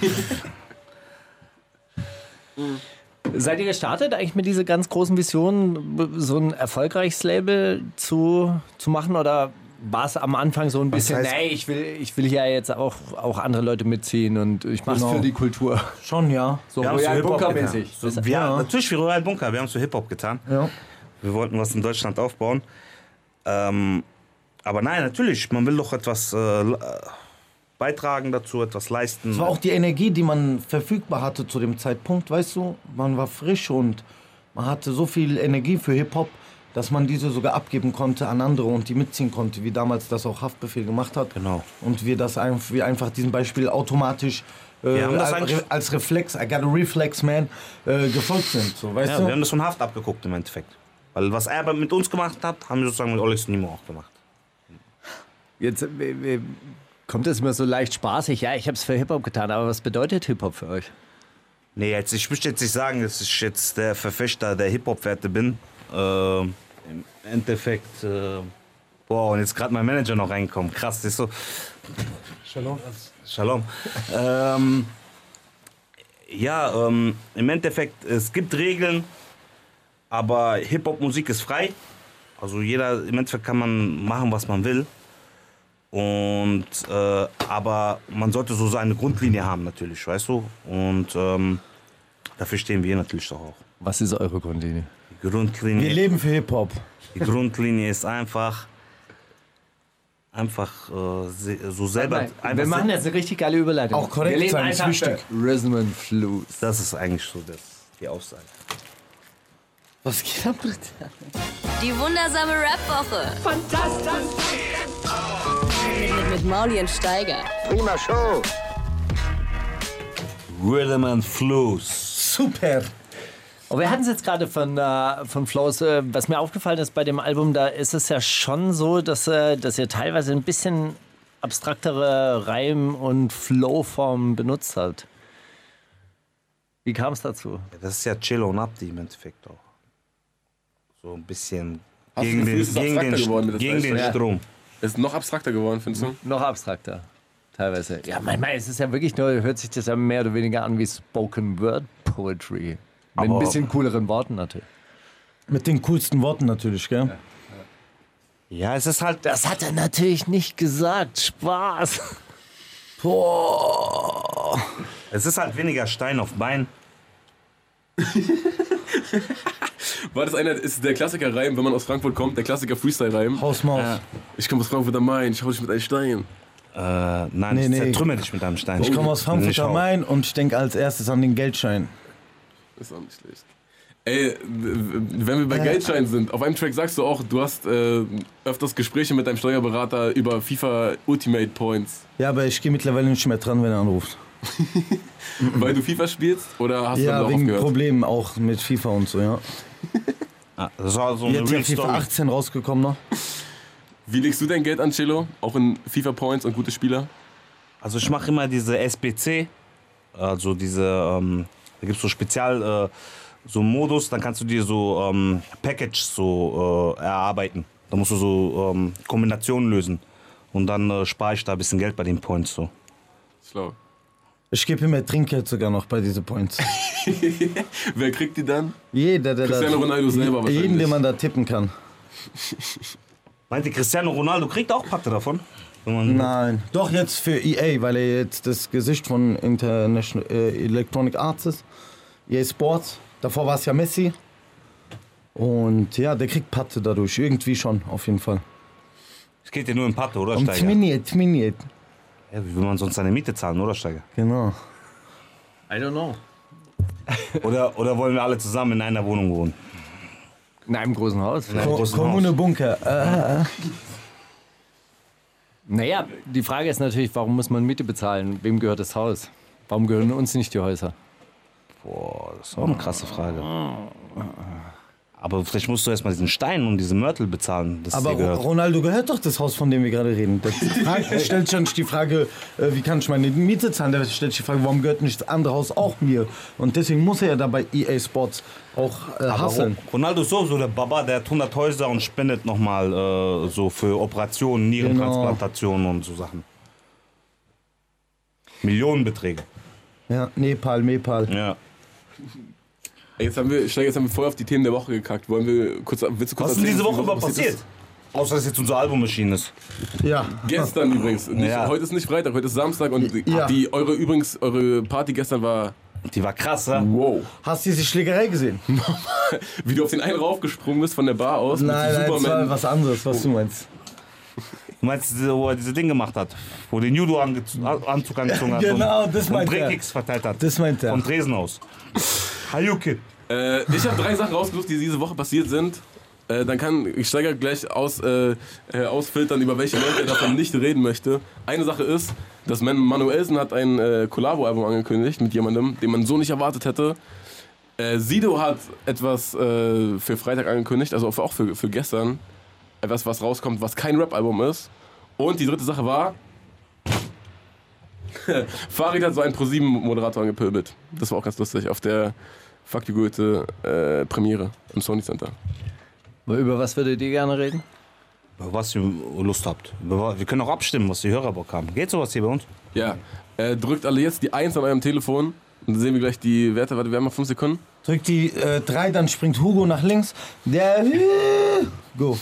Seid ihr gestartet eigentlich mit dieser ganz großen Vision, so ein erfolgreiches Label zu machen? Oder war es am Anfang so ein bisschen, heißt- nee, ich will ja jetzt auch andere Leute mitziehen und ich mach's Genau. für die Kultur. Schon, ja. So Wir haben so Royal Hip-Hop Bunker-mäßig. getan. So, wir, Ja. Natürlich wie Royal Bunker, wir haben so Hip-Hop getan. Ja. Wir wollten was in Deutschland aufbauen. Aber nein, natürlich, man will doch etwas beitragen dazu, etwas leisten. Es war auch die Energie, die man verfügbar hatte zu dem Zeitpunkt, weißt du? Man war frisch und man hatte so viel Energie für Hip-Hop, dass man diese sogar abgeben konnte an andere und die mitziehen konnte, wie damals das auch Haftbefehl gemacht hat. Genau. Und wir einfach diesem Beispiel automatisch haben das eigentlich- als Reflex, I got a reflex, man, gefolgt sind. So, weißt Ja, du? wir haben das von Haft abgeguckt im Endeffekt. Weil was er mit uns gemacht hat, haben wir sozusagen mit Olex Nimo auch gemacht. Jetzt kommt es mir so leicht spaßig. Ja, ich habe es für Hip-Hop getan, aber was bedeutet Hip-Hop für euch? Nee, ich möchte jetzt nicht sagen, dass ich jetzt der Verfechter der Hip-Hop-Werte bin. Im Endeffekt, boah, und jetzt gerade mein Manager noch reinkommt. Krass, das ist so. Shalom. Shalom. Im Endeffekt, es gibt Regeln, aber Hip-Hop-Musik ist frei. Also im Endeffekt kann man machen, was man will. Und, aber man sollte so seine Grundlinie haben natürlich, weißt du? Und dafür stehen wir natürlich doch auch. Was ist eure Grundlinie? Die Grundlinie, Wir leben für Hip-Hop. die Grundlinie ist einfach so selber. Wir machen jetzt eine richtig geile Überleitung. Auch korrekt Wir leben sein ist einfach wichtig. für Rhythm and Blues. Das ist eigentlich so die Aussage. Was geht ab, bitte? Die wundersame Rap-Woche. Fantastisch. Mit Mauli und Steiger. Prima Show. Rhythm and Blues. Super. Aber wir hatten es jetzt gerade von Flows. Was mir aufgefallen ist bei dem Album, da ist es ja schon so, dass ihr teilweise ein bisschen abstraktere Reim- und Flowformen benutzt habt. Wie kam es dazu? Das ist ja Cello und Abdi im Endeffekt auch. So ein bisschen Hast du gegen das Gefühl, den, es ist gegen abstrakter geworden mit den, der gegen den Zeit? Strom. Ist noch abstrakter geworden, findest du? Noch abstrakter, teilweise. Ja, manchmal ist es ja wirklich nur, hört sich das ja mehr oder weniger an wie Spoken Word Poetry. Mit ein Aber- bisschen cooleren Worten natürlich. Mit den coolsten Worten natürlich, gell? Ja, es ist halt. Das hat er natürlich nicht gesagt. Spaß. Boah. Es ist halt weniger Stein auf Bein. War das ist der Klassiker-Reim, wenn man aus Frankfurt kommt, der Klassiker-Freestyle-Reim? Hausmaus. Ich komme aus Frankfurt am Main, ich hau dich mit einem Stein. Nein, Nee, ich nee. zertrümmer dich mit einem Stein. Ich komme aus Frankfurt Nicht am hau. Main und ich denke als erstes an den Geldschein. Ist auch nicht schlecht. Ey, wenn wir bei Geldscheinen sind, auf einem Track sagst du auch, du hast öfters Gespräche mit deinem Steuerberater über FIFA Ultimate Points. Ja, aber ich gehe mittlerweile nicht mehr dran, wenn er anruft. Weil du FIFA spielst oder hast du Ja, dann wegen aufgehört? Problemen auch mit FIFA und so, ja. Ah, das war so eine Jetzt ist ja Real FIFA Story. 18 rausgekommen noch. Wie legst du dein Geld an, Cello? Auch in FIFA Points und gute Spieler? Also ich mache immer diese SBC, also diese, da gibt es so Spezial, so einen Modus, dann kannst du dir so Package so erarbeiten. Da musst du so Kombinationen lösen. Und dann spare ich da ein bisschen Geld bei den Points. So. Schlau. Ich gebe ihm mehr Trinkgeld sogar noch bei diesen Points. Wer kriegt die dann? Jeder, der Cristiano Ronaldo selber wahrscheinlich. Jeden, den man da tippen kann. Meint ihr, Cristiano Ronaldo kriegt auch Patte davon? Wenn man Nein. Doch jetzt für EA, weil er jetzt das Gesicht von International Electronic Arts ist. EA Sports. Davor war es ja Messi. Und ja, der kriegt Patte dadurch. Irgendwie schon, auf jeden Fall. Es geht ja nur in Patte, oder, Und Steiger? Miniet. Ja, wie will man sonst seine Miete zahlen, oder, Steiger? Genau. I don't know. Oder wollen wir alle zusammen in einer Wohnung wohnen? In einem großen Haus. In einem großen Kommune Haus. Bunker. Naja, die Frage ist natürlich, warum muss man Miete bezahlen? Wem gehört das Haus? Warum gehören uns nicht die Häuser? Boah, das ist auch eine krasse Frage. Aber vielleicht musst du erstmal diesen Stein und diese Mörtel bezahlen, das Aber dir gehört. Ronaldo gehört doch das Haus, von dem wir gerade reden. Der stellt schon nicht die Frage, wie kann ich meine Miete zahlen? Der stellt sich die Frage, warum gehört nicht das andere Haus auch mir? Und deswegen muss er ja da bei EA Sports auch hasseln. Ronaldo ist so der Baba, der hat 100 Häuser und spendet nochmal so für Operationen, Nierentransplantationen und so Sachen. Millionenbeträge. Ja, Nepal. Ja. Jetzt haben wir voll auf die Themen der Woche gekackt. Willst du kurz Was ist denn erzählen, diese was Woche überhaupt passiert? Außer dass jetzt unser Album erschienen ist. Ja. Gestern übrigens. Ja. Heute ist nicht Freitag, heute ist Samstag. Und Ja. eure Party gestern war Die war krass, ja? wow. Hast du diese Schlägerei gesehen? Wie du auf den einen raufgesprungen bist von der Bar aus. Nein, mit so das war was anderes, was du meinst. Du meinst, wo er diese Ding gemacht hat? Wo den Judo-Anzug angezogen hat Genau, und, das meint und er. Drehkicks verteilt hat. Das meint er. Vom Tresen aus. Hayuki. Ich habe 3 Sachen rausgesucht, die diese Woche passiert sind. Dann kann ich Steiger gleich ausfiltern, über welche Leute er davon nicht reden möchte. Eine Sache ist, dass Manuelsen hat ein Collabo-Album angekündigt mit jemandem, den man so nicht erwartet hätte. Sido hat etwas für Freitag angekündigt, also auch für gestern. Etwas, was rauskommt, was kein Rap-Album ist. Und die dritte Sache war, Farid hat so einen ProSieben-Moderator angepöbelt. Das war auch ganz lustig, auf der Fuck You Goethe Premiere im Sony Center. Über was würdet ihr gerne reden? Über was ihr Lust habt. Wir können auch abstimmen, was die Hörer Bock haben. Geht sowas hier bei uns? Ja, drückt alle jetzt die 1 an eurem Telefon und dann sehen wir gleich die Werte. Warte, wir haben noch 5 Sekunden. Drück die 3, dann springt Hugo nach links. Der go.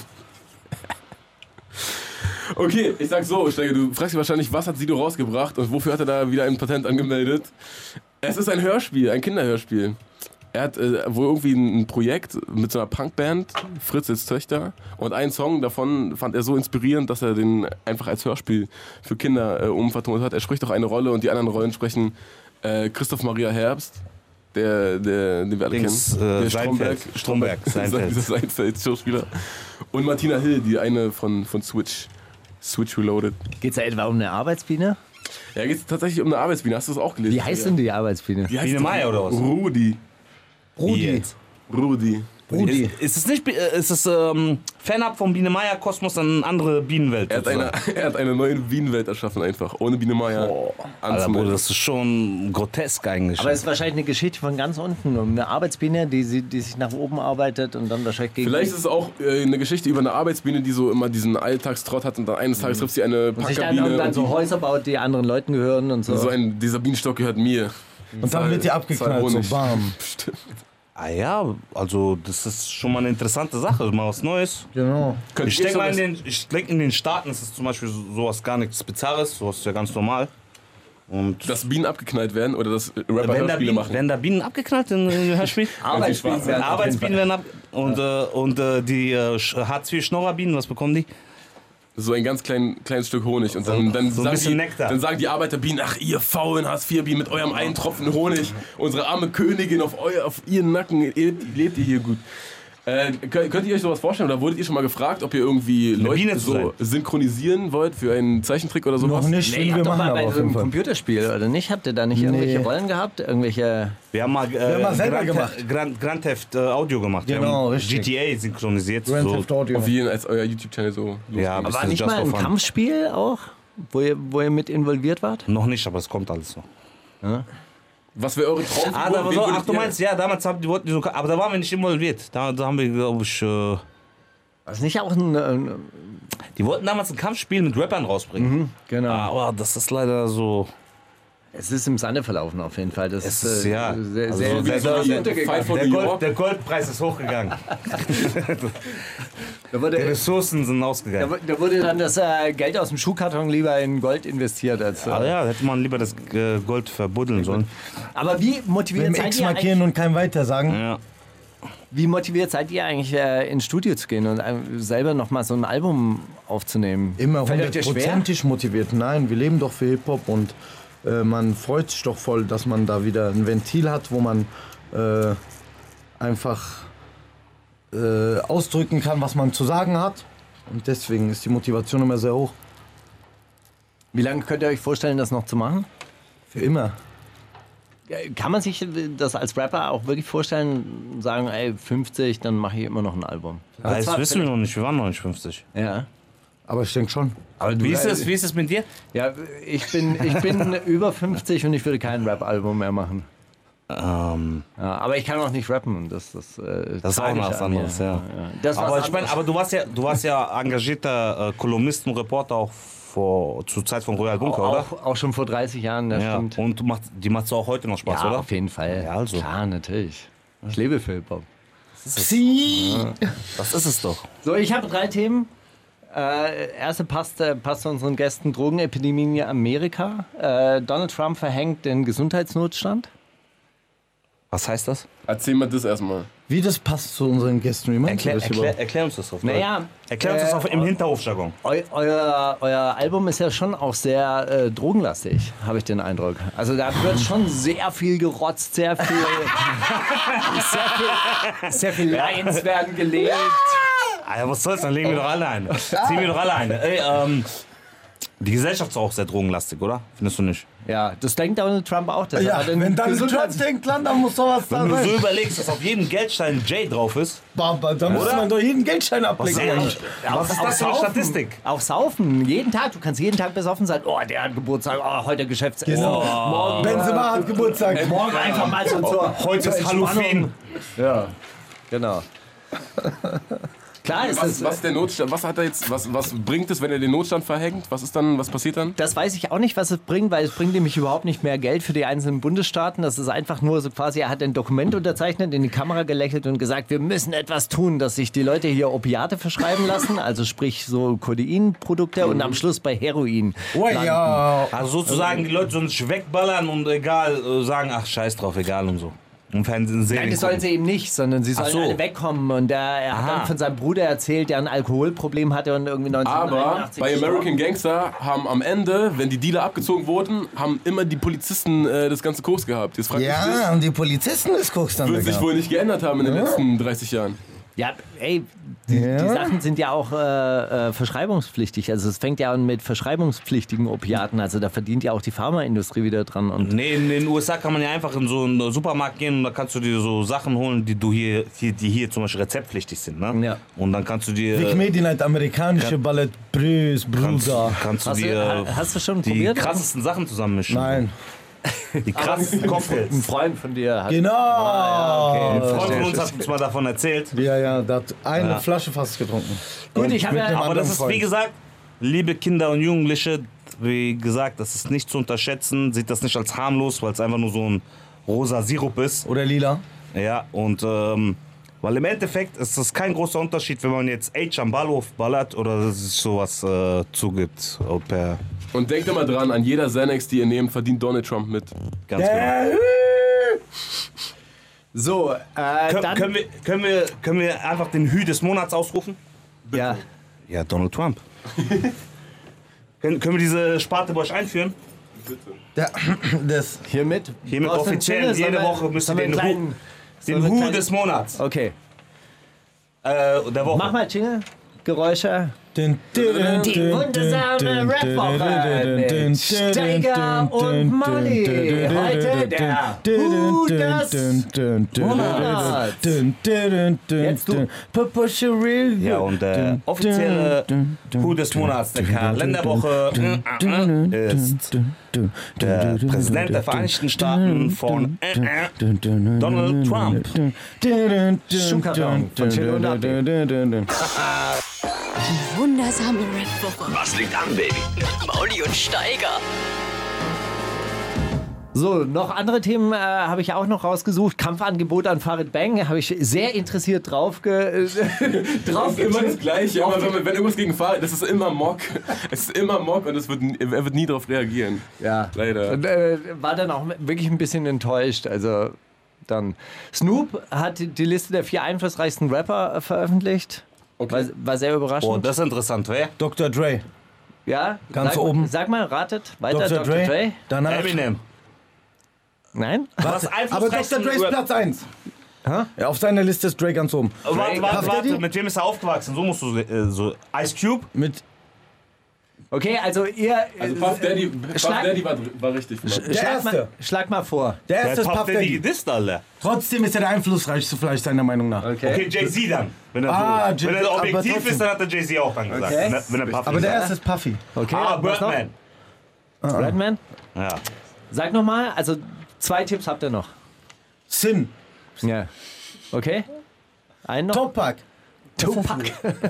Okay, ich sag so, Steiger, du fragst dich wahrscheinlich, was hat Sido rausgebracht und wofür hat er da wieder ein Patent angemeldet? Es ist ein Hörspiel, ein Kinderhörspiel. Er hat wohl irgendwie ein Projekt mit so einer Punkband, Fritzls Töchter, und einen Song davon fand er so inspirierend, dass er den einfach als Hörspiel für Kinder umvertont hat. Er spricht auch eine Rolle und die anderen Rollen sprechen Christoph Maria Herbst, den wir alle kennen. Der Stromberg. Dieser Seinfeld-Schauspieler. Und Martina Hill, die eine von Switch Reloaded. Geht es da etwa um eine Arbeitsbiene? Ja, geht es tatsächlich um eine Arbeitsbiene. Hast du das auch gelesen? Wie heißt denn die Arbeitsbiene? Wie heißt Biene die? Meier oder was? Rudi. Rudi. Rudi. Ist es nicht, ist es Fanab von Biene Meier Kosmos eine andere Bienenwelt? Er hat eine neue Bienenwelt erschaffen einfach, ohne Biene Meier Alter, Bruder, anzumelden. das ist schon grotesk eigentlich. Aber es ist wahrscheinlich eine Geschichte von ganz unten, um eine Arbeitsbiene, die sich nach oben arbeitet und dann wahrscheinlich gegen... Vielleicht ist es auch eine Geschichte über eine Arbeitsbiene, die so immer diesen Alltagstrott hat und dann eines Tages trifft sie eine und sich dann Packerbiene irgendwann und so Häuser baut, die anderen Leuten gehören und so. dieser Bienenstock gehört mir. Und dann wird die abgeknallt, so bam. Stimmt. Ah ja, also das ist schon mal eine interessante Sache, mal was Neues. Genau. Ich denke mal, in den Staaten ist es zum Beispiel sowas gar nichts Bizarres, sowas ist ja ganz normal. Und dass Bienen abgeknallt werden oder dass Rapper Hörspiele machen. werden da Bienen abgeknallt in Hörspiel? Arbeitsbienen werden Arbeitsbienen werden ab... Und die Hartz-IV-Schnorrerbienen, was bekommen die? So ein ganz kleines Stück Honig. Und dann So ein sagen bisschen die, Nektar. Dann sagen die Arbeiterbienen, ach ihr faulen Hartz-IV-Bienen mit eurem einen Tropfen Honig. Unsere arme Königin auf ihren Nacken lebt ihr hier gut. Könnt ihr euch sowas vorstellen oder wurdet ihr schon mal gefragt, ob ihr irgendwie Leute Biene zu so synchronisieren wollt für einen Zeichentrick oder sowas? Noch nicht, Nee, will habt wir doch machen mal aber bei auf so einem jeden Fall. Computerspiel, oder nicht? Habt ihr da nicht irgendwelche Rollen gehabt? Irgendwelche... Wir haben mal, mal selber gemacht. Grand Theft Audio gemacht. Wir Genau, haben richtig. GTA synchronisiert. Grand so. Theft Audio. Auf jeden als euer YouTube-Channel so losgeht. Ja, Aber bisschen war nicht just mal for ein fun. Kampfspiel auch, wo ihr mit involviert wart? Noch nicht, aber es kommt alles so. Was wäre eure Traumfigur? Ah, da war Wen so, würdet ach du ihr- meinst, ja, damals wollten die so, aber da waren wir nicht involviert. Da haben wir, glaube ich, Das ist nicht auch ein Die wollten damals ein Kampfspiel mit Rappern rausbringen. genau. Aber das ist leider so. Es ist im Sande verlaufen auf jeden Fall. Das Es ist, ja. sehr, Also sehr, so sehr, wie sehr Fight untergegangen. for New York. Der Goldpreis ist hochgegangen. Da Die wurde, Ressourcen sind ausgegangen. da wurde dann das Geld aus dem Schuhkarton lieber in Gold investiert. Als, Aber ja, hätte man lieber das Gold verbuddeln sollen. Aber wie motiviert Mit dem seid X ihr markieren eigentlich, und kein weitersagen. Ja. wie motiviert seid ihr eigentlich ins Studio zu gehen und selber nochmal so ein Album aufzunehmen? Immer Fällt euch das schwer? 100%ig motiviert. Nein, wir leben doch für Hip-Hop und man freut sich doch voll, dass man da wieder ein Ventil hat, wo man einfach ausdrücken kann, was man zu sagen hat. Und deswegen ist die Motivation immer sehr hoch. Wie lange könnt ihr euch vorstellen, das noch zu machen? Für immer. Kann man sich das als Rapper auch wirklich vorstellen, sagen, ey, 50, dann mache ich immer noch ein Album? Das wissen wir noch nicht, wir waren noch nicht 50. Ja. Aber ich denke schon. Aber Wie ist es mit dir? Ja, ich bin über 50 und ich würde kein Rap-Album mehr machen. Ja, aber ich kann auch nicht rappen. Das Das ist auch tragisch was an mir. anderes, ja. Das Aber war's ich meine, aber du warst ja engagierter Kolumnist und Reporter auch zur Zeit von Royal Bunker, oder? auch schon vor 30 Jahren, das Ja. stimmt. Und die macht's auch heute noch Spaß, Ja, oder? auf jeden Fall. Ja, also. Klar, natürlich. Ich lebe für Hip-Hop. Das ist es doch. So, ich habe 3 Themen. Erste passt zu unseren Gästen. Drogenepidemie in Amerika. Donald Trump verhängt den Gesundheitsnotstand. Was heißt das? Erzähl mal das erstmal. Wie das passt zu unseren Gästen. Wie meinst du das überhaupt? Erklär uns das drauf. Naja, Erklär uns das auf, im Hinterhofjargon. Euer Album ist ja schon auch sehr drogenlastig, habe ich den Eindruck. Also da wird schon sehr viel gerotzt, sehr viel Lines werden gelegt. Alter, was soll's, dann legen wir doch alle ein. Ziehen wir doch alle ein. Ey, die Gesellschaft ist auch sehr drogenlastig, oder? Findest du nicht? Ja, das denkt Donald Trump auch. Dass Ja, er den wenn Donald Gesundheits- Trump denkt, dann muss sowas da Wenn du so sein. überlegst, dass auf jedem Geldstein J drauf ist. Baba, da muss Oder? man doch jeden Geldschein ablegen. Was ist das für eine Statistik? Auch saufen, jeden Tag. Du kannst jeden Tag besoffen sein. Oh, der hat Geburtstag. Oh, heute Geschäftsessen. Genau. Oh, morgen, Benzema hat Geburtstag. morgen einfach mal so zur Heute ist Entspannung. Halloween. Ja, genau. Klar ist das. Was ist der Notstand? Was hat er jetzt? Was bringt es, wenn er den Notstand verhängt? Was passiert dann? Das weiß ich auch nicht, was es bringt, weil es bringt nämlich überhaupt nicht mehr Geld für die einzelnen Bundesstaaten. Das ist einfach nur so quasi, er hat ein Dokument unterzeichnet, in die Kamera gelächelt und gesagt, wir müssen etwas tun, dass sich die Leute hier Opiate verschreiben lassen, also sprich so Kodeinprodukte und am Schluss bei Heroin. Oh ja. Also sozusagen die Leute sollen sich wegballern und egal sagen, ach scheiß drauf, egal und so. Und Fernsehen sehen. Nein, das sollen sie eben nicht, sondern sie sollen so. alle wegkommen. Und er hat Aha. dann von seinem Bruder erzählt, der ein Alkoholproblem hatte und irgendwie Aber 1981 bei American Gangster haben am Ende, wenn die Dealer abgezogen wurden, haben immer die Polizisten das ganze Koks gehabt. Jetzt fragt mich Ja, und die Polizisten des Koks dann wird sich wohl nicht geändert haben in den letzten 30 Jahren. Ja, ey, die Sachen sind ja auch verschreibungspflichtig. Also es fängt ja an mit verschreibungspflichtigen Opiaten. Also da verdient ja auch die Pharmaindustrie wieder dran. Und Nee, in den USA kann man ja einfach in so einen Supermarkt gehen und da kannst du dir so Sachen holen, die hier zum Beispiel rezeptpflichtig sind. Ne? Ja. Und dann kannst du dir. Big Made Night, amerikanische Ballett, Brüs, Bruder. Kannst du hast, dir du, hast du schon die probiert? krassesten Sachen zusammenmischen. Nein. Die krassesten Ein Cocktails. Freund von dir hat. Genau. Ein Freund von uns hat uns mal davon erzählt. Ja, der hat eine Flasche fast getrunken. Gut, ich habe Mit einem ja, Aber das anderen ist, Freund. wie gesagt, liebe Kinder und Jugendliche, wie gesagt, das ist nicht zu unterschätzen. Seht das nicht als harmlos, weil es einfach nur so ein rosa Sirup ist. Oder lila. Ja, und weil im Endeffekt ist das kein großer Unterschied, wenn man jetzt H am Bahnhof ballert oder sich sowas zugibt. Per Und denkt immer dran, an jeder Xanax, die ihr nehmt, verdient Donald Trump mit. ganz genau. so, dann, Können wir einfach den Hü des Monats ausrufen? ja, Ja, Donald Trump. können wir diese Sparte bei euch einführen? Das. hiermit. Hiermit Brauchst du einen offiziell, Jingle? jede Sollen wir- Woche müsst ihr sollen wir den einen kleinen- Den sollen wir einen Hu kleinen- des Monats. Okay, Der Woche. mach mal Jingle, Geräusche. Die wundersame Rap-Woche mit Steiger und Molly. Heute der Who des Monats. Jetzt du. Ja, und der offizielle Who des Monats der Kalenderwoche ist der Präsident der Vereinigten Staaten von Donald Trump. Schuhkarton von Chill und Abdi. Die wundersame Rap-Woche. Was liegt an, Baby? Mauli und Steiger. So, noch andere Themen habe ich auch noch rausgesucht. Kampfangebot an Farid Bang, habe ich sehr interessiert drauf Das ist immer das Gleiche. Immer, wenn irgendwas gegen Farid, das ist immer Mock. Es ist immer Mock und er wird nie darauf reagieren. Ja, Leider. Und, war dann auch wirklich ein bisschen enttäuscht. Also dann. Snoop hat die Liste der 4 einflussreichsten Rapper veröffentlicht. Okay. War sehr überraschend. Oh, das ist interessant, wer? Dr. Dre. Ja, Ganz sag, oben. Sag mal, ratet. Weiter, Dr. Dre. Danach. Eminem. Nein? Was Aber Dr. Dre ist Platz 1. Ja, auf seiner Liste ist Dre ganz oben. Warte, mit wem ist er aufgewachsen? So musst du so Ice Cube? Mit Okay, also ihr... Also Puff Daddy war richtig. Schlag mal vor. der erste ist Puff Puff Daddy Daddy. gedisst, Alter. Trotzdem ist er der einflussreichste vielleicht seiner Meinung nach. Okay, Jay-Z dann. Wenn er, Jay-Z, wenn er aber objektiv trotzdem. ist, dann hat der Jay-Z auch dann gesagt. Okay. Wenn er Puff Aber der sagt. erste ist Puffy. Okay, was noch? Birdman. Redman? Ja. Sag nochmal, also 2 Tipps habt ihr noch. Sin. Ja. Okay? Einen noch? Tupac. Tupac.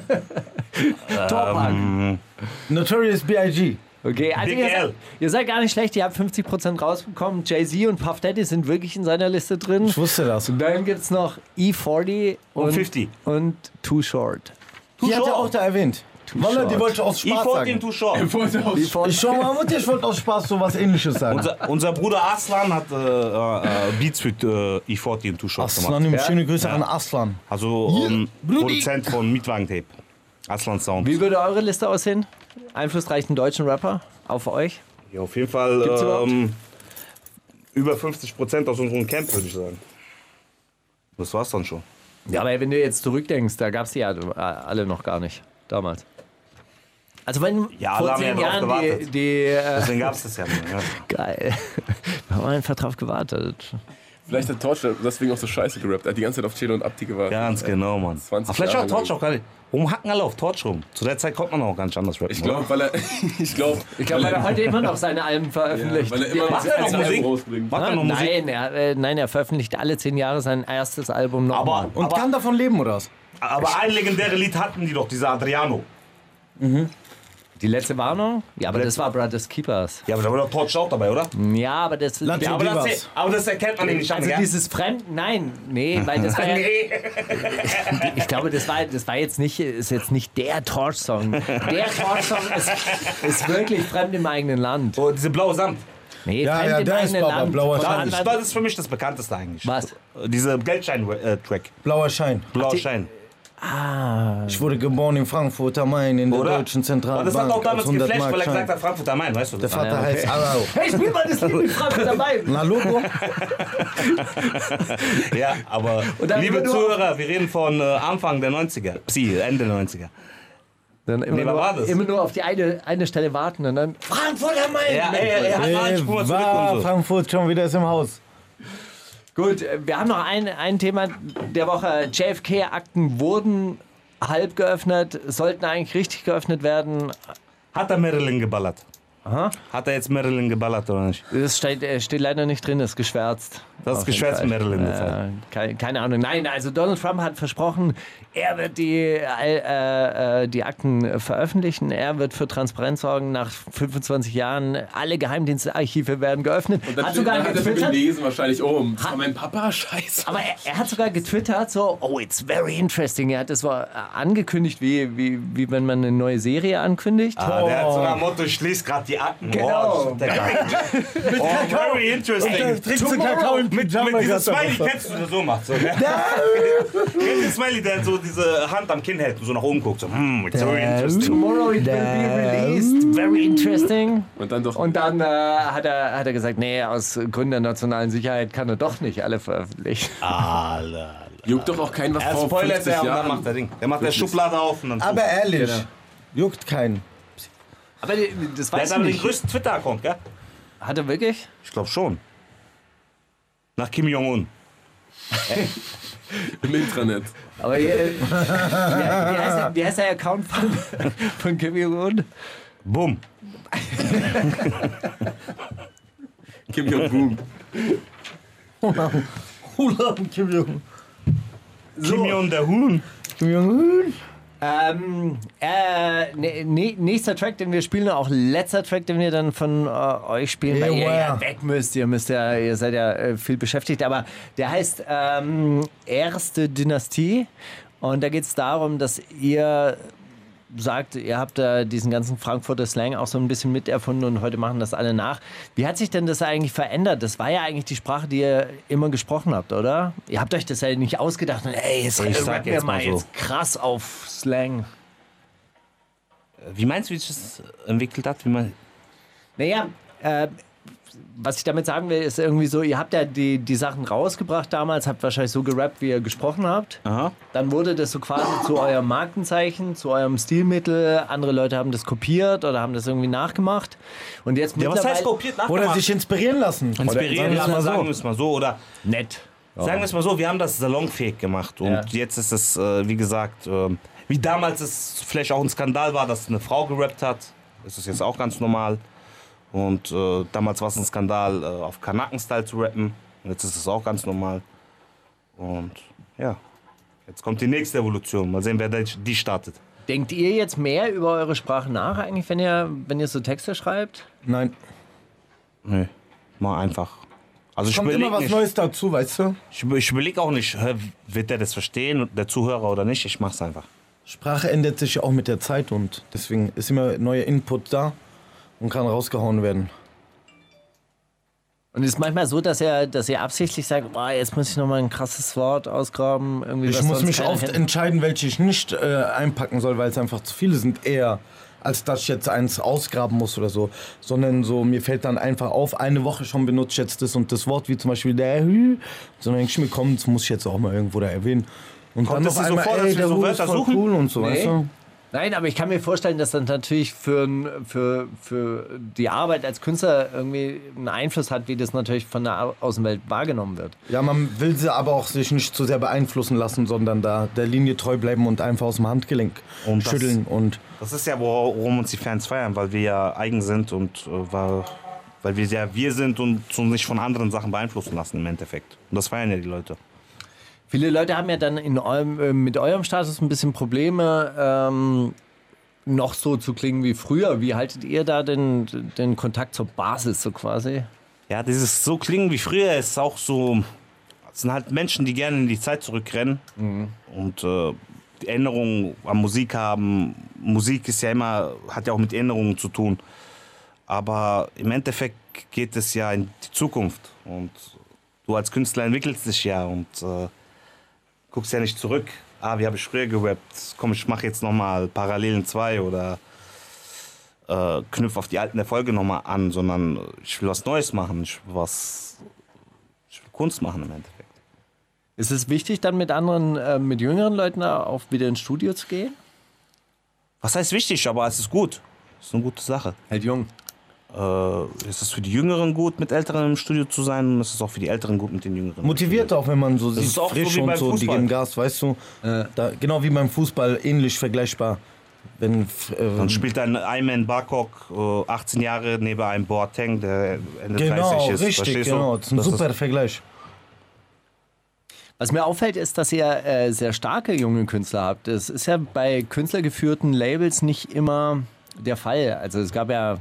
Notorious B.I.G. Okay, also Big ihr L. seid, ihr seid gar nicht schlecht, ihr habt 50% rausbekommen. Jay-Z und Puff Daddy sind wirklich in seiner Liste drin. Ich wusste das. Und dann gibt es noch E40 Und 50. und Too Short. Die hat er auch da erwähnt. Wolle, die wollte aus Spaß E14 sagen. Too Short. Ich schau mal, Mutter, ich wollte aus Spaß sowas Ähnliches sagen. Unser Bruder Aslan hat Beats mit E40 und Too Short gemacht. Aslan, schöne Grüße an Aslan. Also Produzent von Mietwagen-Tape. Aslan Sound. Wie würde eure Liste aussehen? Einflussreichen deutschen Rapper auf euch? Ja, auf jeden Fall Gibt's überhaupt? über 50% aus unserem Camp, würde ich sagen. Das war's dann schon. Ja, aber wenn du jetzt zurückdenkst, da gab es die ja alle noch gar nicht damals. Also wenn Ja, vor alle haben 10 ja Jahren drauf gewartet. Deswegen gab es das ja nicht. Ja. geil. Wir haben einfach drauf gewartet. Vielleicht hat Torch deswegen auch so scheiße gerappt. Er hat die ganze Zeit auf Chill und Abdi gewartet. Ganz genau, Mann. 20 Aber vielleicht Jahre auch Torch lang. auch gar nicht. Warum hacken alle auf Torch rum? Zu der Zeit konnte man auch gar nicht anders rappen. Ich glaube, weil er. Ich glaube, weil er heute immer noch seine Alben veröffentlicht. weil er immer Macht er noch ein Album Musik? rausbringt. Macht er noch Musik? Nein, er veröffentlicht alle 10 Jahre sein erstes Album nochmal. Und kann davon leben, oder was? Aber ein legendäres Lied hatten die doch, dieser Adriano. Die letzte Warnung? Ja, aber das war Brothers Keepers. Ja, aber da war doch Torch auch dabei, oder? Ja, aber das... Lass Ja, Divas. aber das erkennt man nämlich Also an, gell? dieses Fremd... Nee, weil das war ja, Nee. ich glaube, das war jetzt nicht, ist jetzt nicht der Torch-Song. Der Torch-Song ist wirklich fremd im eigenen Land. Oh, diese blaue Samt. Nee, Ja, fremd ja, im der ist eigenen Baba, Land. blauer Von Schein. anderen- Das ist für mich das bekannteste eigentlich. Was? Diese Geldschein-Track. Blauer Schein. Blauer Schein. Ich wurde geboren in Frankfurt am Main, in der Oder? Deutschen Und Zentralbank. das hat auch damals als 100 geflasht, Mark weil er Schein. gesagt hat, Frankfurt am Main, weißt du? Der Das? Vater heißt Arau. Hey, spiel mal das Lied mit Frankfurt dabei. Na, Logo? Ja, aber dann liebe immer nur- Zuhörer, wir reden von Anfang der 90er. Ende der 90er. Dann Nee, was war das? immer nur auf die eine Stelle warten und dann Frankfurt am Main. Ja, ey, spur mal zurück War und so. Frankfurt schon wieder ist im Haus. Gut, wir haben noch ein Thema der Woche. JFK-Akten wurden halb geöffnet, sollten eigentlich richtig geöffnet werden. Hat er Marilyn geballert? Aha. Hat er jetzt Marilyn geballert oder nicht? Das steht leider nicht drin, ist geschwärzt. Das ist Auf jeden geschwärzt Fall. Marilyn. Das halt. Keine Ahnung. Nein, also Donald Trump hat versprochen, er wird die Akten veröffentlichen. Er wird für Transparenz sorgen. Nach 25 Jahren alle Geheimdienstarchive werden geöffnet. Und dann Hat sogar hat er so getwittert. gelesen wahrscheinlich, das war mein Papa, scheiße. Aber er hat sogar getwittert, so, oh, it's very interesting. Er hat das so angekündigt, wie wenn man eine neue Serie ankündigt. Der hat sogar ein Motto, ich lese gerade die Akten. Genau. Oh, very interesting. Trinkst du Kakao im Mit Pyjama? diesem Smiley, kennst du, der so macht. So, ne? Kennst du den Smiley, der so diese Hand am Kinn hält und so nach oben guckt? So, it's very interesting. Tomorrow it will be released. Very interesting. Und dann doch. Und dann hat er gesagt, nee, aus Gründen der nationalen Sicherheit kann er doch nicht alle veröffentlichen. Juckt doch auch keinen was Er vor spoilert 50 ja und dann Jahren. macht er Ding. Der macht der Schublade auf und dann. Aber ehrlich, Juckt keinen. Aber das Der weiß hat ich aber den nicht. größten Twitter-Account, gell? Hat er wirklich? Ich glaube schon. Nach Kim Jong-un. Im Intranet. Aber wie heißt der Account von Kim Jong-un? Bumm. Kim Jong-un. Kim Jong. Kim Jong der Huhn. Kim Jong. Nächster Track, den wir spielen, auch letzter Track, den wir dann von euch spielen, weil ihr ja weg müsst. Ihr seid ja viel beschäftigt, aber der heißt Erste Dynastie. Und da geht es darum, dass ihr sagt, ihr habt da diesen ganzen Frankfurter Slang auch so ein bisschen miterfunden und heute machen das alle nach. Wie hat sich denn das eigentlich verändert? Das war ja eigentlich die Sprache, die ihr immer gesprochen habt, oder? Ihr habt euch das ja nicht ausgedacht und ey, jetzt sag jetzt mal so. jetzt krass auf Slang. Wie meinst du, wie sich das entwickelt hat? Naja, was ich damit sagen will, ist irgendwie so, ihr habt ja die Sachen rausgebracht damals, habt wahrscheinlich so gerappt, wie ihr gesprochen habt. Aha. Dann wurde das so quasi zu eurem Markenzeichen, zu eurem Stilmittel. Andere Leute haben das kopiert oder haben das irgendwie nachgemacht. Und jetzt Ja, was heißt mittlerweile... kopiert, nachgemacht? Oder sich inspirieren lassen. Inspirieren Oder lassen, sagen wir es mal so. Oder Nett. sagen wir es mal so, wir haben das salonfähig gemacht. Und Ja. jetzt ist es, wie gesagt, wie damals es vielleicht auch ein Skandal war, dass eine Frau gerappt hat, ist es jetzt auch ganz normal. Und damals war es ein Skandal, auf Kanaken-Style zu rappen. Und jetzt ist es auch ganz normal. Und ja, jetzt kommt die nächste Evolution. Mal sehen, wer die startet. Denkt ihr jetzt mehr über eure Sprache nach eigentlich, wenn ihr so Texte schreibt? Nein. Nee, mal einfach. Also ich Kommt immer überlege was nicht. Neues dazu, weißt du? Ich überlege auch nicht, wird der das verstehen, der Zuhörer oder nicht. Ich mach's einfach. Sprache ändert sich ja auch mit der Zeit und deswegen ist immer neuer Input da und kann rausgehauen werden. Und es ist manchmal so, dass ihr absichtlich sagt, boah, jetzt muss ich nochmal ein krasses Wort ausgraben. Irgendwie Ich was muss sonst mich keiner oft kennt. entscheiden, welche ich nicht einpacken soll, weil es einfach zu viele sind, eher als dass ich jetzt eins ausgraben muss oder so. Sondern so, mir fällt dann einfach auf, eine Woche schon benutze ich jetzt das und das Wort, wie zum Beispiel der Hü. Sondern denke ich mir, komm, das muss ich jetzt auch mal irgendwo da erwähnen. Und Kommt dann es auf dir so einmal, vor, dass ey, wir der so Hü ist Wörter voll suchen? cool und so, weißt du? Nein, aber ich kann mir vorstellen, dass das natürlich für die Arbeit als Künstler irgendwie einen Einfluss hat, wie das natürlich von der Außenwelt wahrgenommen wird. Ja, man will sie aber auch sich nicht zu sehr beeinflussen lassen, sondern da der Linie treu bleiben und einfach aus dem Handgelenk Und das- schütteln. Und Das ist ja, worum uns die Fans feiern, weil wir ja eigen sind und weil wir ja wir sind und uns nicht von anderen Sachen beeinflussen lassen im Endeffekt. Und das feiern ja die Leute. Viele Leute haben ja dann mit eurem Status ein bisschen Probleme, noch so zu klingen wie früher. Wie haltet ihr da den Kontakt zur Basis so quasi? Ja, dieses so klingen wie früher ist auch so. Es sind halt Menschen, die gerne in die Zeit zurückrennen und die Erinnerungen an Musik haben. Musik ist ja immer, hat ja auch mit Erinnerungen zu tun. Aber im Endeffekt geht es ja in die Zukunft. Und du als Künstler entwickelst dich ja und guckst ja nicht zurück. Wie habe ich früher gerappt? Komm, ich mache jetzt nochmal Parallelen 2 oder knüpfe auf die alten Erfolge nochmal an, sondern ich will was Neues machen. Ich will Kunst machen im Endeffekt. Ist es wichtig, dann mit mit jüngeren Leuten auch wieder ins Studio zu gehen? Was heißt wichtig, aber es ist gut. Es ist eine gute Sache. Halt jung. Es ist für die Jüngeren gut, mit Älteren im Studio zu sein, und es ist auch für die Älteren gut, mit den Jüngeren. Motiviert auch, wenn man so sieht, ist auch so frisch wie und beim so, die Fußball. geben Gas, weißt du. Da, genau wie beim Fußball, ähnlich vergleichbar. Wenn, Dann spielt ein Ayman Bakok 18 Jahre neben einem Boateng, der Ende genau, 30 ist. richtig, Verstehst du? genau. Das ist ein super Vergleich. Was mir auffällt, ist, dass ihr sehr starke junge Künstler habt. Das ist ja bei künstlergeführten Labels nicht immer der Fall. Also es gab ja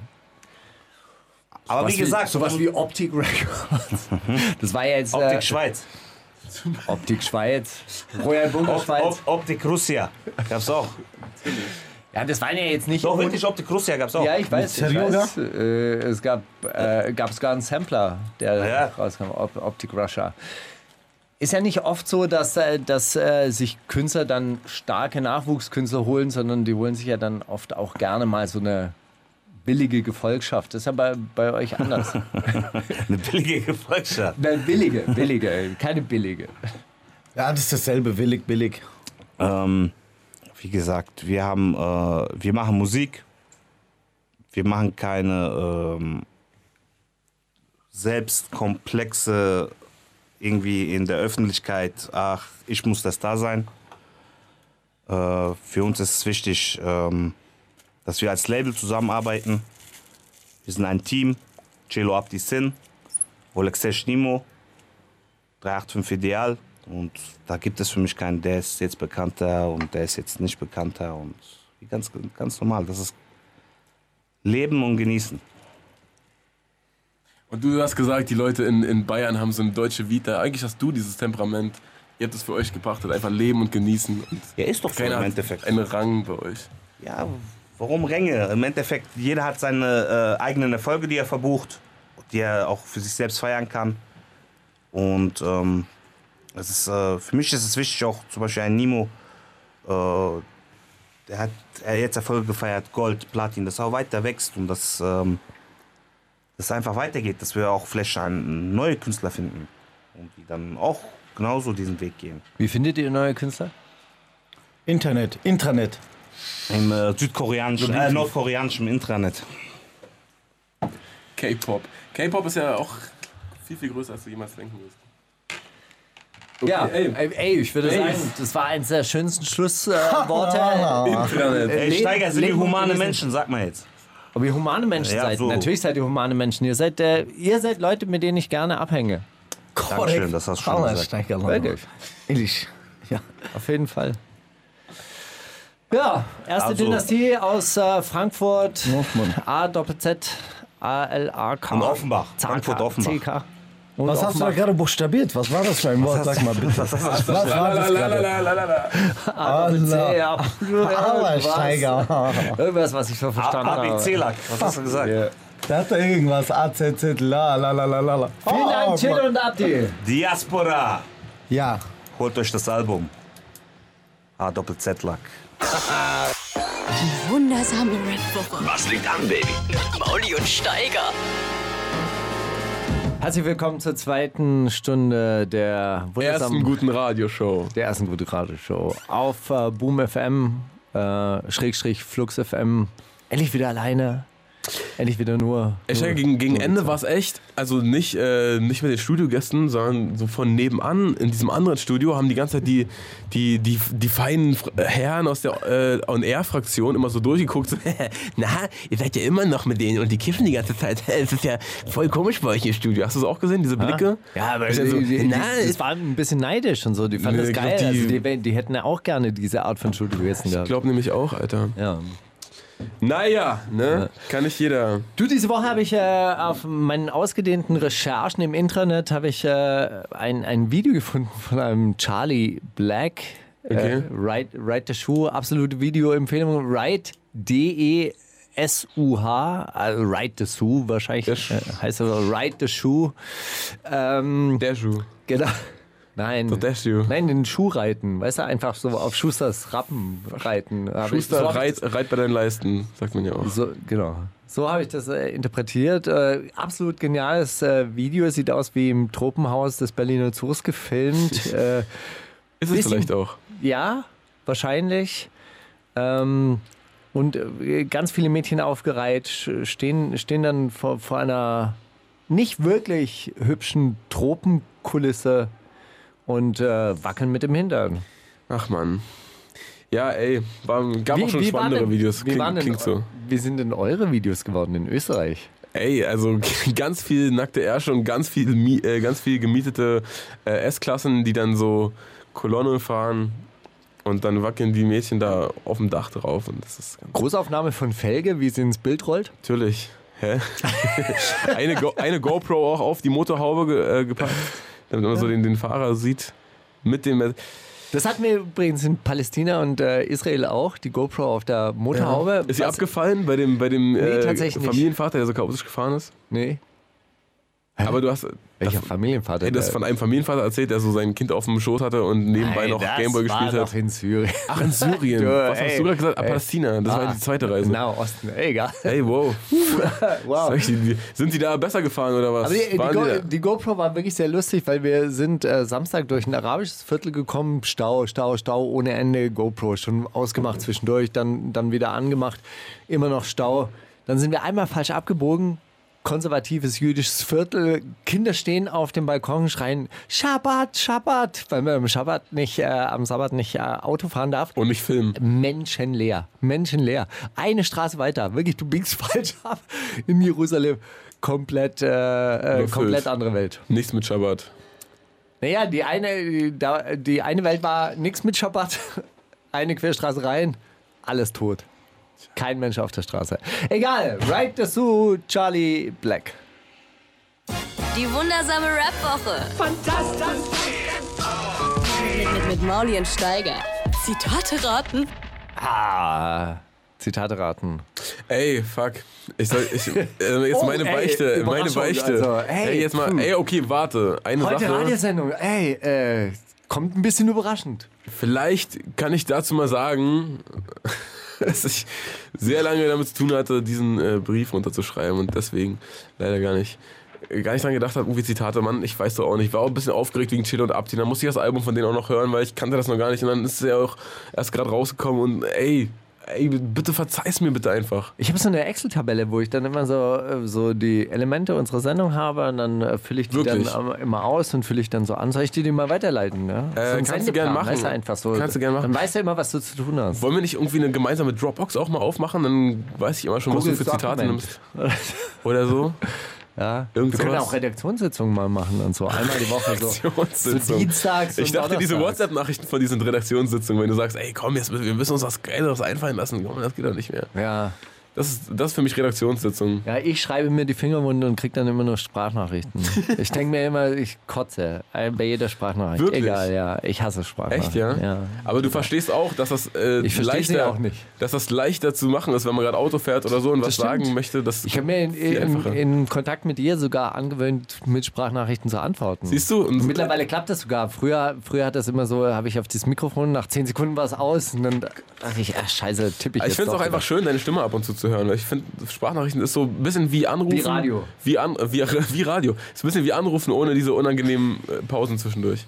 Aber wie gesagt, sowas wie Optik Records. Das war ja jetzt Optik Schweiz. Optik Schweiz, Royal Bunker Schweiz. Optik Russia gab's auch. Ja, das waren ja jetzt nicht... Doch, wirklich Optik Russia gab's auch. Ja, ich weiß. Es gab sogar einen Sampler, der Ja. rauskam, Optik Russia. Ist ja nicht oft so, dass sich Künstler dann starke Nachwuchskünstler holen, sondern die holen sich ja dann oft auch gerne mal so eine billige Gefolgschaft. Das ist ja bei euch anders. Eine billige Gefolgschaft. Nein, billige, keine billige. Ja, das ist dasselbe, billig. Wie wie gesagt, wir machen Musik. Wir machen keine selbstkomplexe irgendwie in der Öffentlichkeit, ach, ich muss das da sein. Für uns ist es wichtig, dass wir als Label zusammenarbeiten. Wir sind ein Team. Celo Abdi Sin, Olexesh Nimo, 385 Ideal. Und da gibt es für mich keinen, der ist jetzt bekannter und der ist jetzt nicht bekannter. Und ganz, ganz normal. Das ist Leben und Genießen. Und du hast gesagt, die Leute in Bayern haben so eine deutsche Vita. Eigentlich hast du dieses Temperament. Ihr habt es für euch gepachtet. Einfach leben und genießen. Und Ja, ist doch so keiner im hat Endeffekt. einen Rang bei euch. Ja, warum Ränge? Im Endeffekt, jeder hat seine eigenen Erfolge, die er verbucht, die er auch für sich selbst feiern kann. Und es ist, für mich ist es wichtig, auch zum Beispiel ein Nimo, der hat jetzt Erfolge gefeiert, Gold, Platin, dass er auch weiter wächst und dass es einfach weitergeht, dass wir auch vielleicht neue Künstler finden und die dann auch genauso diesen Weg gehen. Wie findet ihr neue Künstler? Intranet. Im nordkoreanischen Intranet. K-Pop. K-Pop ist ja auch viel, viel größer, als du jemals denken wirst. Okay, Ja, ich würde sagen, das war eins der schönsten Schlussworte. Intranet. Ey, Steiger, sind die Leben und humane Genießen. Menschen, sag mal jetzt. Ob ihr humane Menschen Ja, seid? so. Natürlich seid ihr humane Menschen. Ihr seid Leute, mit denen ich gerne abhänge. Dankeschön, das hast du schon gesagt. Wirklich. Ehrlich. Ja. Auf jeden Fall. Ja, erste Also. Dynastie aus Frankfurt. A-Doppel-Z, A-L-A-K. Und Offenbach. Frankfurt, Offenbach. C-K. Und Was hast du da Offenbach. gerade buchstabiert? Was war das für ein Wort? Sag mal bitte. Was war das gerade? A-Doppel-C, ja. Steiger. Irgendwas, was ich so verstanden habe. ABC-Lack, was hast du gesagt? Da hat er irgendwas. AZZ, la. Vielen Dank, Celo und Abdi. Diaspora. Ja. Holt euch das Album. A-Doppel-Z-Lack. Die wundersame Red Woche. Was liegt an, Baby? Mit Mauli und Steiger. Herzlich willkommen zur zweiten Stunde der Ersten wundersamen guten Radioshow. der ersten gute Radioshow auf Boom FM, Schrägstrich Flux FM. Endlich wieder alleine. Endlich wieder nur. Gegen Ende war es echt, also nicht mit den Studiogästen, sondern so von nebenan in diesem anderen Studio haben die ganze Zeit die feinen Herren aus der On-Air-Fraktion immer so durchgeguckt. So, na, ihr seid ja immer noch mit denen und die kiffen die ganze Zeit. Es ist ja voll komisch bei euch im Studio. Hast du es auch gesehen, diese Blicke? Ja, aber Ist ja so, das war ein bisschen neidisch und so. Die fanden Nee, das ich geil. glaub, Die hätten ja auch gerne diese Art von Studiogästen Ich gehabt. glaube nämlich auch, Alter. Ja. Naja, ne? Kann nicht jeder. Du, diese Woche habe ich auf meinen ausgedehnten Recherchen im Intranet habe ich ein Video gefunden von einem Charlie Black. Okay. Ride the Shoe, absolute Videoempfehlung. Ride D-E-S-U-H, also Ride the Shoe wahrscheinlich heißt aber Ride the Shoe. Der Schuh. Genau. Nein. So der Schuh. Nein, den Schuh reiten. Weißt du, einfach so auf Schusters Rappen reiten. Schuster, reit bei deinen Leisten, sagt man ja auch. So, genau. So habe ich das interpretiert. Absolut geniales Video. Es sieht aus wie im Tropenhaus des Berliner Zoos gefilmt. Ist es bisschen- vielleicht auch. Ja, wahrscheinlich. Und ganz viele Mädchen aufgereiht stehen dann vor einer nicht wirklich hübschen Tropenkulisse und wackeln mit dem Hintern. Ach man. Ja, ey, gab auch schon spannendere Videos. Klingt so. Wie sind denn eure Videos geworden in Österreich? Ey, also ganz viel nackte Ärsche und ganz viel gemietete S-Klassen, die dann so Kolonne fahren und dann wackeln die Mädchen da auf dem Dach drauf. Und das ist ganz Großaufnahme von Felge, wie sie ins Bild rollt? natürlich. Hä? eine GoPro auch auf die Motorhaube gepackt, damit man so den Fahrer sieht. Mit dem. Das hatten wir übrigens in Palästina und Israel auch, die GoPro auf der Motorhaube. Ist sie abgefallen bei dem Nee, tatsächlich nicht. Familienvater, der so chaotisch gefahren ist? Nee. Hat Aber du hast... Welcher Familienvater? Hey, du hast von einem Familienvater erzählt, der so sein Kind auf dem Schoß hatte und nebenbei noch Gameboy gespielt hat. Doch in Syrien. Ach, in Syrien. Was hast du gerade gesagt? Palästina. Das war die zweite Reise. Osten. Egal. Hey, wow. Wow. Sind die da besser gefahren oder was? Aber die GoPro war wirklich sehr lustig, weil wir sind Samstag durch ein arabisches Viertel gekommen. Stau ohne Ende. GoPro schon ausgemacht zwischendurch, dann wieder angemacht. Immer noch Stau. Dann sind wir einmal falsch abgebogen. Konservatives jüdisches Viertel. Kinder stehen auf dem Balkon, schreien Schabbat, weil man am Sabbat nicht Auto fahren darf. Und nicht filmen. Menschenleer. Eine Straße weiter. Wirklich, du biegst falsch ab in Jerusalem. Komplett andere Welt. Nichts mit Schabbat. Naja, die eine Welt war nichts mit Schabbat. Eine Querstraße rein, alles tot. Kein Mensch auf der Straße. Egal, right dazu, Charlie Black. Die wundersame Rap-Woche. Fantastisch. Mit Mauli und Steiger. Zitate raten. Zitate raten. Ey, fuck. Jetzt meine Beichte. Also, okay, warte. Eine Heute Sache. Radiosendung. Kommt ein bisschen überraschend. Vielleicht kann ich dazu mal sagen, dass ich sehr lange damit zu tun hatte, diesen Brief runterzuschreiben und deswegen leider gar nicht dran gedacht habe, irgendwie Zitate, Mann, ich weiß doch auch nicht. Ich war auch ein bisschen aufgeregt wegen Chelo und Abdi. Dann musste ich das Album von denen auch noch hören, weil ich kannte das noch gar nicht und dann ist es ja auch erst gerade rausgekommen und ey, bitte verzeih's mir bitte einfach. Ich habe so eine Excel-Tabelle, wo ich dann immer so die Elemente unserer Sendung habe und dann fülle ich die dann immer aus und fülle ich dann so an. Soll ich die mal weiterleiten? Ja? Kannst du gerne machen. Weißt du einfach so. Kannst du gerne machen. Dann weißt du immer, was du zu tun hast. Wollen wir nicht irgendwie eine gemeinsame Dropbox auch mal aufmachen? Dann weiß ich immer schon, was du für Zitate nimmst. Oder so. Ja, wir können auch Redaktionssitzungen mal machen und so. Einmal die Woche so dienstags. Ich dachte, diese WhatsApp-Nachrichten von diesen Redaktionssitzungen, wenn du sagst, ey komm, wir müssen uns was Geileres einfallen lassen, komm, das geht doch nicht mehr. Ja. Das ist für mich Redaktionssitzung. Ja, ich schreibe mir die Fingerwunde und kriege dann immer nur Sprachnachrichten. Ich denke mir immer, ich kotze bei jeder Sprachnachricht. Wirklich? Egal, ja. Ich hasse Sprachnachrichten. Echt, ja? Ja. Aber du verstehst auch, dass das leichter zu machen ist, wenn man gerade Auto fährt oder so und was sagen möchte. Ich habe mir in Kontakt mit dir sogar angewöhnt, mit Sprachnachrichten zu antworten. Siehst du? Und mittlerweile klappt das sogar. Früher hat das immer so, habe ich auf dieses Mikrofon, nach 10 Sekunden war es aus und dann dachte ich, scheiße, tippe ich jetzt. Ich finde es auch einfach schön, deine Stimme ab und zu hören. Weil ich finde, Sprachnachrichten ist so ein bisschen wie Anrufen. Wie Radio. Wie Radio. Ist ein bisschen wie Anrufen ohne diese unangenehmen Pausen zwischendurch.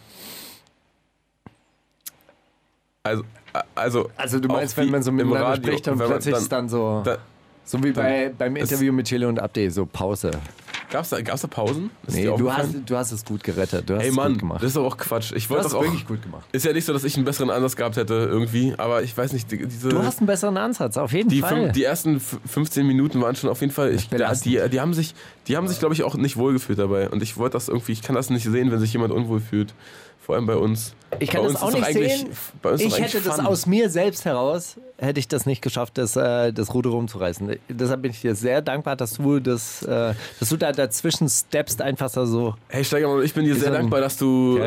Also du meinst, wenn man so miteinander Radio, spricht und plötzlich ist dann so wie beim Interview mit Chelo und Abdi, so Pause. Gab's da Pausen? Nee, du hast es gut gerettet. Du hast es gut gemacht. Das ist aber auch Quatsch. Du hast es wirklich gut gemacht. Ist ja nicht so, dass ich einen besseren Ansatz gehabt hätte irgendwie, aber ich weiß nicht, du hast einen besseren Ansatz, auf jeden Fall. Die ersten 15 Minuten waren schon auf jeden Fall, die haben sich, glaube ich, auch nicht wohlgefühlt dabei und ich wollte das irgendwie, ich kann das nicht sehen, wenn sich jemand unwohl fühlt. Vor allem bei uns. Ich kann das auch nicht sehen. Ich hätte das aus mir selbst heraus, hätte ich das nicht geschafft, das Ruder rumzureißen. Deshalb bin ich dir sehr dankbar, dass du da dazwischen steppst, einfach so. Hey Steigermann, ich bin dir sehr dankbar, dass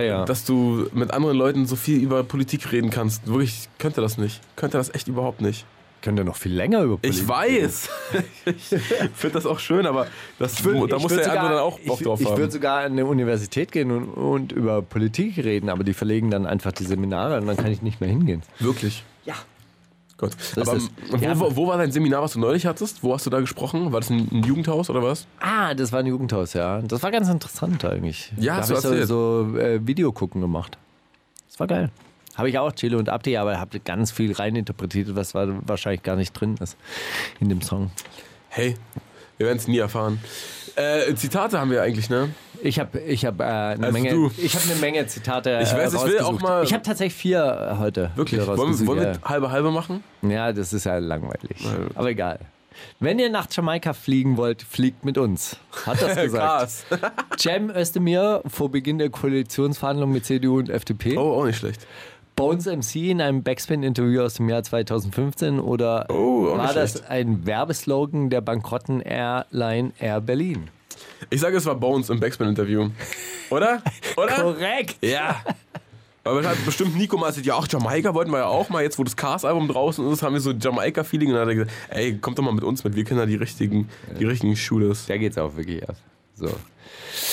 du mit anderen Leuten so viel über Politik reden kannst. Wirklich, ich könnte das nicht. Könnte das echt überhaupt nicht. Können wir noch viel länger über Politik Ich weiß. Ich finde das auch schön, aber da muss der andere dann auch Bock drauf haben. Ich würde sogar an eine Universität gehen und über Politik reden, aber die verlegen dann einfach die Seminare und dann kann ich nicht mehr hingehen. Wirklich? Ja. Gut. Aber wo war dein Seminar, was du neulich hattest? Wo hast du da gesprochen? War das ein Jugendhaus oder was? Das war ein Jugendhaus, ja. Das war ganz interessant eigentlich. Ja, da habe ich so Videogucken gemacht. Das war geil. Habe ich auch, Chelo und Abdi, aber habe ganz viel reininterpretiert, was wahrscheinlich gar nicht drin ist in dem Song. Hey, wir werden es nie erfahren. Zitate haben wir eigentlich, ne? Ich habe eine Menge Zitate ich will auch mal... Ich habe tatsächlich 4 heute. Wirklich? Wollen wir halbe machen? Ja, das ist ja langweilig. Aber egal. Wenn ihr nach Jamaika fliegen wollt, fliegt mit uns. Hat das gesagt. Krass. Cem Özdemir vor Beginn der Koalitionsverhandlungen mit CDU und FDP. Oh, auch nicht schlecht. Bones MC in einem Backspin-Interview aus dem Jahr 2015 oder war das ein Werbeslogan der bankrotten Airline Air Berlin? Ich sage, es war Bones im Backspin-Interview. Oder? Korrekt. Ja. Aber das hat bestimmt Nico mal gesagt, ja, auch Jamaika wollten wir ja auch mal, jetzt wo das Cars-Album draußen ist, haben wir so Jamaika-Feeling und dann hat er gesagt, ey, kommt doch mal mit uns mit, wir kennen ja die richtigen Shooters. Da geht's auch wirklich ab. So.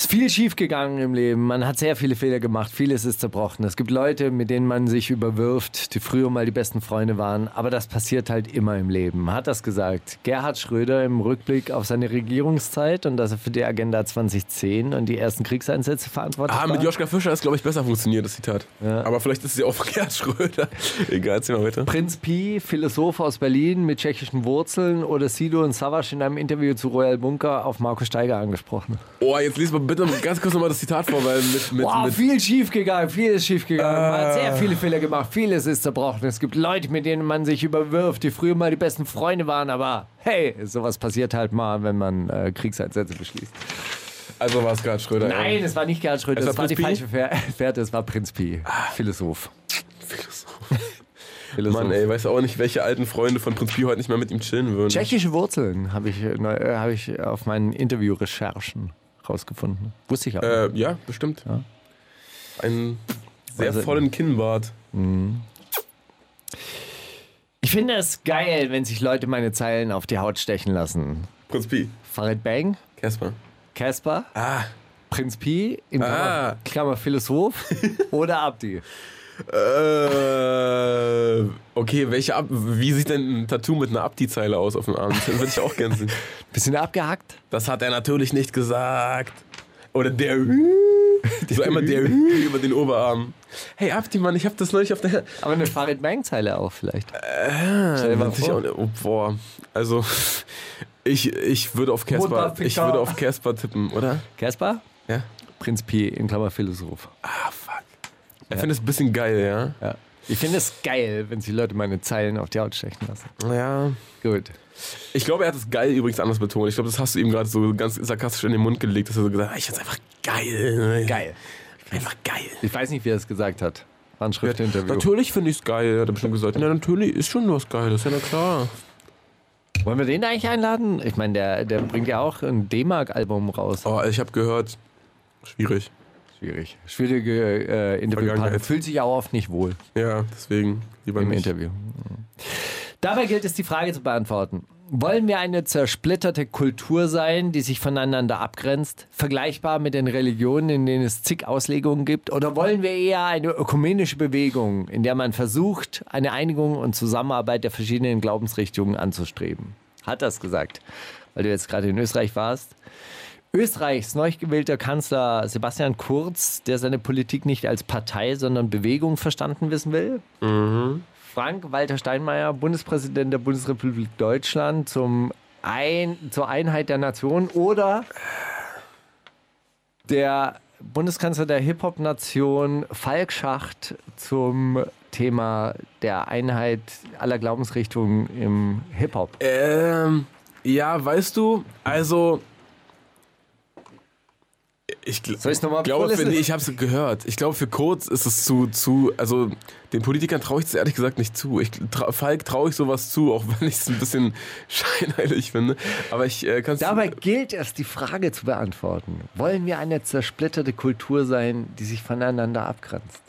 Es ist viel schief gegangen im Leben. Man hat sehr viele Fehler gemacht. Vieles ist zerbrochen. Es gibt Leute, mit denen man sich überwirft, die früher mal die besten Freunde waren. Aber das passiert halt immer im Leben. Hat das gesagt Gerhard Schröder im Rückblick auf seine Regierungszeit und dass er für die Agenda 2010 und die ersten Kriegseinsätze verantwortlich war? Mit Joschka Fischer ist, glaube ich, besser funktioniert, das Zitat. Ja. Aber vielleicht ist es ja auch Gerhard Schröder. Egal, erzähl mal weiter. Prinz Pi, Philosoph aus Berlin mit tschechischen Wurzeln, oder Sido und Savas in einem Interview zu Royal Bunker auf Markus Steiger angesprochen. Oh, jetzt lies mal bitte ganz kurz nochmal das Zitat vor, weil mit viel schief gegangen, vieles schief gegangen. Man hat sehr viele Fehler gemacht, vieles ist zerbrochen. Es gibt Leute, mit denen man sich überwirft, die früher mal die besten Freunde waren, aber hey, sowas passiert halt mal, wenn man Kriegseinsätze beschließt. Also war es Gerhard Schröder? Nein, es war nicht Gerhard Schröder, das war die Prinz falsche Fährte, es war Prinz Pi, Philosoph. Mann, ey, weiß auch nicht, welche alten Freunde von Prinz Pi heute nicht mehr mit ihm chillen würden. Tschechische Wurzeln habe ich auf meinen Interviewrecherchen rausgefunden. Wusste ich auch. Ja, bestimmt. Ja. Einen sehr vollen Kinnbart. Ich finde es geil, wenn sich Leute meine Zeilen auf die Haut stechen lassen. Prinz Pi. Farid Bang. Casper. Prinz Pi, in Klammer Philosoph oder Abdi. Okay, wie sieht denn ein Tattoo mit einer Abdi-Zeile aus auf dem Arm? Das würde ich auch gerne sehen. Bisschen abgehackt? Das hat er natürlich nicht gesagt. Oder der so einmal der über den Oberarm. Hey Abdi, Mann, ich hab das neulich auf der... Aber eine Farid Bang-Zeile auch vielleicht. Stell dir mal vor. Boah, also ich würde auf Casper tippen, oder? Casper? Ja. Prinz Pi, in Klammer Philosoph. Fuck. Ich finde es ein bisschen geil, ja? Ich finde es geil, wenn sich Leute meine Zeilen auf die Haut stechen lassen. Ja. Gut. Ich glaube, er hat das geil übrigens anders betont. Ich glaube, das hast du ihm gerade so ganz sarkastisch in den Mund gelegt, dass er so gesagt hat, ich finde es einfach geil. Geil. Einfach geil. Ich weiß nicht, wie er es gesagt hat. War ein Schriftinterview. Natürlich finde ich es geil, hat er bestimmt gesagt. Ja, natürlich ist schon was Geiles, ja na klar. Wollen wir den eigentlich einladen? Ich meine, der bringt ja auch ein D-Mark-Album raus. Oh, ich habe gehört, schwierige Interviewpartner. Fühlt sich auch oft nicht wohl. Ja, deswegen lieber im nicht. Interview. Dabei gilt es, die Frage zu beantworten. Wollen wir eine zersplitterte Kultur sein, die sich voneinander abgrenzt, vergleichbar mit den Religionen, in denen es zig Auslegungen gibt? Oder wollen wir eher eine ökumenische Bewegung, in der man versucht, eine Einigung und Zusammenarbeit der verschiedenen Glaubensrichtungen anzustreben? Hat das gesagt, weil du jetzt gerade in Österreich warst. Österreichs neu gewählter Kanzler Sebastian Kurz, der seine Politik nicht als Partei, sondern Bewegung verstanden wissen will. Frank-Walter Steinmeier, Bundespräsident der Bundesrepublik Deutschland, zur Einheit der Nation. Oder der Bundeskanzler der Hip-Hop-Nation Falk Schacht zum Thema der Einheit aller Glaubensrichtungen im Hip-Hop. Ja, weißt du, also... Soll ich's nochmal ich habe es gehört. Ich glaube, für Kurz ist es also den Politikern traue ich es ehrlich gesagt nicht zu. Falk traue ich sowas zu, auch wenn ich es ein bisschen scheinheilig finde. Aber ich kann es... Dabei gilt es, die Frage zu beantworten. Wollen wir eine zersplitterte Kultur sein, die sich voneinander abgrenzt?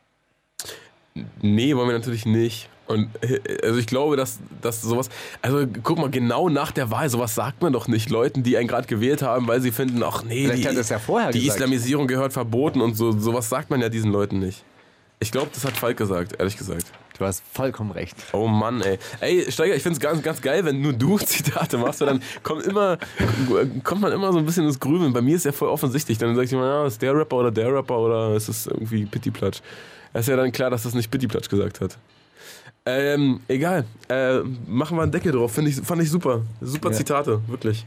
Nee, wollen wir natürlich nicht. Und also ich glaube, dass sowas, also guck mal, genau nach der Wahl, sowas sagt man doch nicht Leuten, die einen gerade gewählt haben, weil sie finden, ach nee, die Islamisierung gehört verboten und so, sowas sagt man ja diesen Leuten nicht. Ich glaube, das hat Falk gesagt, ehrlich gesagt. Du hast vollkommen recht. Oh Mann, ey. Ey, Steiger, ich finde es ganz, ganz geil, wenn nur du Zitate machst, weil dann kommt man immer so ein bisschen ins Grübeln. Bei mir ist ja voll offensichtlich. Dann sag ich immer, ja, ist der Rapper oder ist es irgendwie Pittiplatsch? Es ist ja dann klar, dass das nicht Pittiplatsch gesagt hat. Egal. Machen wir einen Deckel drauf. Fand ich super. Super Zitate, wirklich.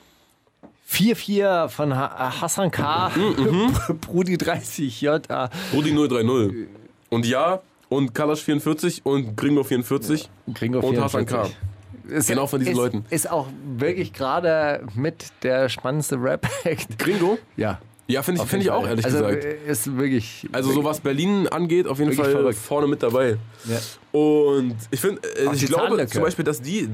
4-4 von Hassan K. Brudi 30J. Brudi 030. Und ja, und Kalash 44 und Gringo 44. Und Hassan K. Genau von diesen Leuten. Ist auch wirklich gerade mit der spannendste Rap-Act. Gringo? Ja. Ja, finde ich auch, ehrlich gesagt. Ist wirklich. Also, so was Berlin angeht, auf jeden Fall verrückt. Vorne mit dabei. Ja. Und ich finde, ich glaube zum Beispiel, dass die,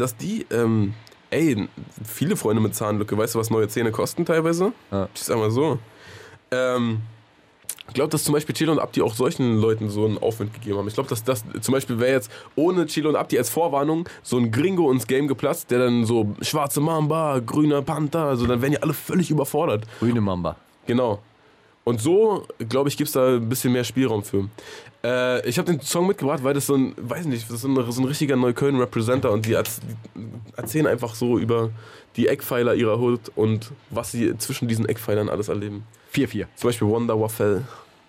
viele Freunde mit Zahnlücke, weißt du, was neue Zähne kosten teilweise? Ja. Ich sag mal so. Ich glaube, dass zum Beispiel Chilo und Abdi auch solchen Leuten so einen Aufwind gegeben haben. Ich glaube, dass das zum Beispiel wäre jetzt ohne Chilo und Abdi als Vorwarnung so ein Gringo ins Game geplatzt, der dann so schwarze Mamba, grüner Panther, also dann wären die alle völlig überfordert. Grüne Mamba. Genau. Und so, glaube ich, gibt es da ein bisschen mehr Spielraum für. Ich habe den Song mitgebracht, weil das so ein, weiß nicht, das ist so ein richtiger Neukölln-Representer und die erzählen einfach so über die Eckpfeiler ihrer Hood und was sie zwischen diesen Eckpfeilern alles erleben. 4-4. Zum Beispiel Wonder Waffle.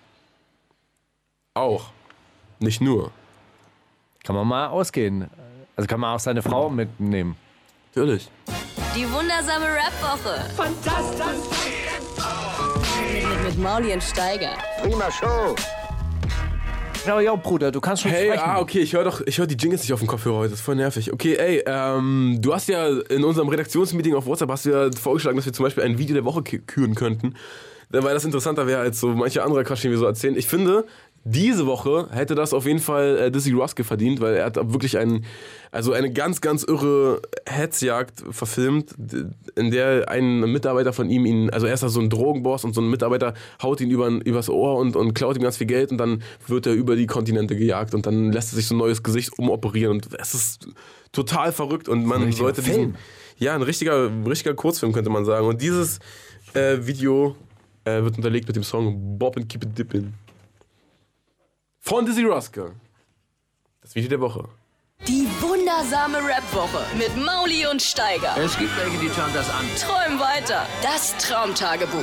Auch. Nicht nur. Kann man mal ausgehen. Also kann man auch seine Frau mitnehmen. Natürlich. Die wundersame Rap-Woche. Fantastisch. Mit Mauli und Steiger. Prima Show. Ja, Bruder, du kannst schon sprechen. Okay, ich höre die Jingles nicht auf dem Kopfhörer heute, das ist voll nervig. Okay, du hast ja in unserem Redaktionsmeeting auf WhatsApp hast du ja vorgeschlagen, dass wir zum Beispiel ein Video der Woche küren könnten, weil das interessanter wäre als so manche andere Quatsch, den wir so erzählen. Ich finde, diese Woche hätte das auf jeden Fall Dizzy Rascal verdient, weil er hat wirklich eine ganz, ganz irre Hetzjagd verfilmt, in der ein Mitarbeiter von ihm also er ist da so ein Drogenboss und so ein Mitarbeiter haut ihn übers Ohr und klaut ihm ganz viel Geld und dann wird er über die Kontinente gejagt und dann lässt er sich so ein neues Gesicht umoperieren und es ist total verrückt und man sollte diesen... Ja, ein richtiger Kurzfilm könnte man sagen und dieses Video wird unterlegt mit dem Song Bob and Keep It Dippin'. Von Dizzy Rascal. Das Video der Woche. Die wundersame Rap-Woche mit Mauli und Steiger. Es gibt welche, die schauen das an. Träum weiter. Das Traumtagebuch.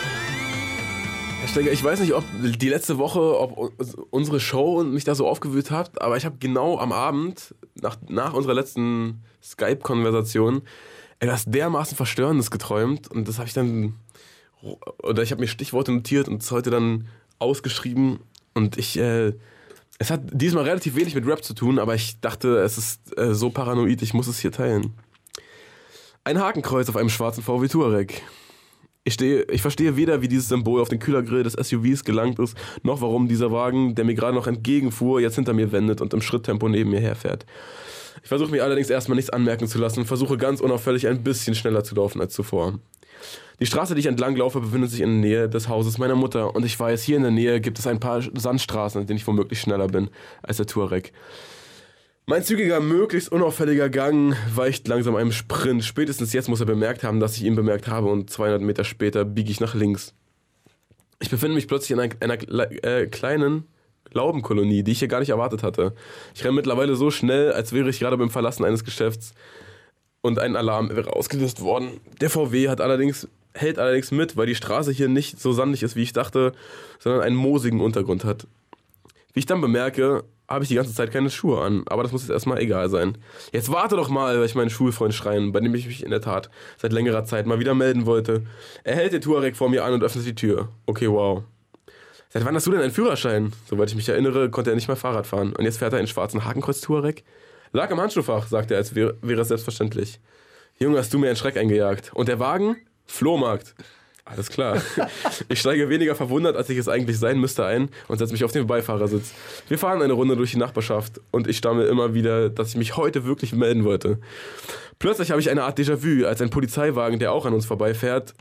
Herr Steiger, ich weiß nicht, ob die letzte Woche, ob unsere Show mich da so aufgewühlt hat, aber ich habe genau am Abend, nach unserer letzten Skype-Konversation, etwas dermaßen Verstörendes geträumt und das habe ich dann, oder ich habe mir Stichworte notiert und es heute dann ausgeschrieben. Und es hat diesmal relativ wenig mit Rap zu tun, aber ich dachte, es ist so paranoid, ich muss es hier teilen. Ein Hakenkreuz auf einem schwarzen VW Touareg. Ich verstehe weder, wie dieses Symbol auf den Kühlergrill des SUVs gelangt ist, noch warum dieser Wagen, der mir gerade noch entgegenfuhr, jetzt hinter mir wendet und im Schritttempo neben mir herfährt. Ich versuche mir allerdings erstmal nichts anmerken zu lassen und versuche ganz unauffällig ein bisschen schneller zu laufen als zuvor. Die Straße, die ich entlang laufe, befindet sich in der Nähe des Hauses meiner Mutter und ich weiß, hier in der Nähe gibt es ein paar Sandstraßen, in denen ich womöglich schneller bin als der Touareg. Mein zügiger, möglichst unauffälliger Gang weicht langsam einem Sprint. Spätestens jetzt muss er bemerkt haben, dass ich ihn bemerkt habe und 200 Meter später biege ich nach links. Ich befinde mich plötzlich in einer kleinen Laubenkolonie, die ich hier gar nicht erwartet hatte. Ich renne mittlerweile so schnell, als wäre ich gerade beim Verlassen eines Geschäfts und ein Alarm wäre ausgelöst worden. Der VW hält allerdings mit, weil die Straße hier nicht so sandig ist, wie ich dachte, sondern einen moosigen Untergrund hat. Wie ich dann bemerke, habe ich die ganze Zeit keine Schuhe an, aber das muss jetzt erstmal egal sein. Jetzt warte doch mal, weil ich meinen Schulfreund schreien, bei dem ich mich in der Tat seit längerer Zeit mal wieder melden wollte. Er hält den Touareg vor mir an und öffnet die Tür. Okay, wow. Seit wann hast du denn einen Führerschein? Soweit ich mich erinnere, konnte er nicht mehr Fahrrad fahren. Und jetzt fährt er einen schwarzen Hakenkreuz-Touareg? Lag im Handschuhfach, sagt er, als wäre es selbstverständlich. Junge, hast du mir einen Schreck eingejagt. Und der Wagen? Flohmarkt. Alles klar. Ich steige weniger verwundert, als ich es eigentlich sein müsste, ein und setze mich auf den Beifahrersitz. Wir fahren eine Runde durch die Nachbarschaft und ich stammel immer wieder, dass ich mich heute wirklich melden wollte. Plötzlich habe ich eine Art Déjà-vu, als ein Polizeiwagen, der auch an uns vorbeifährt,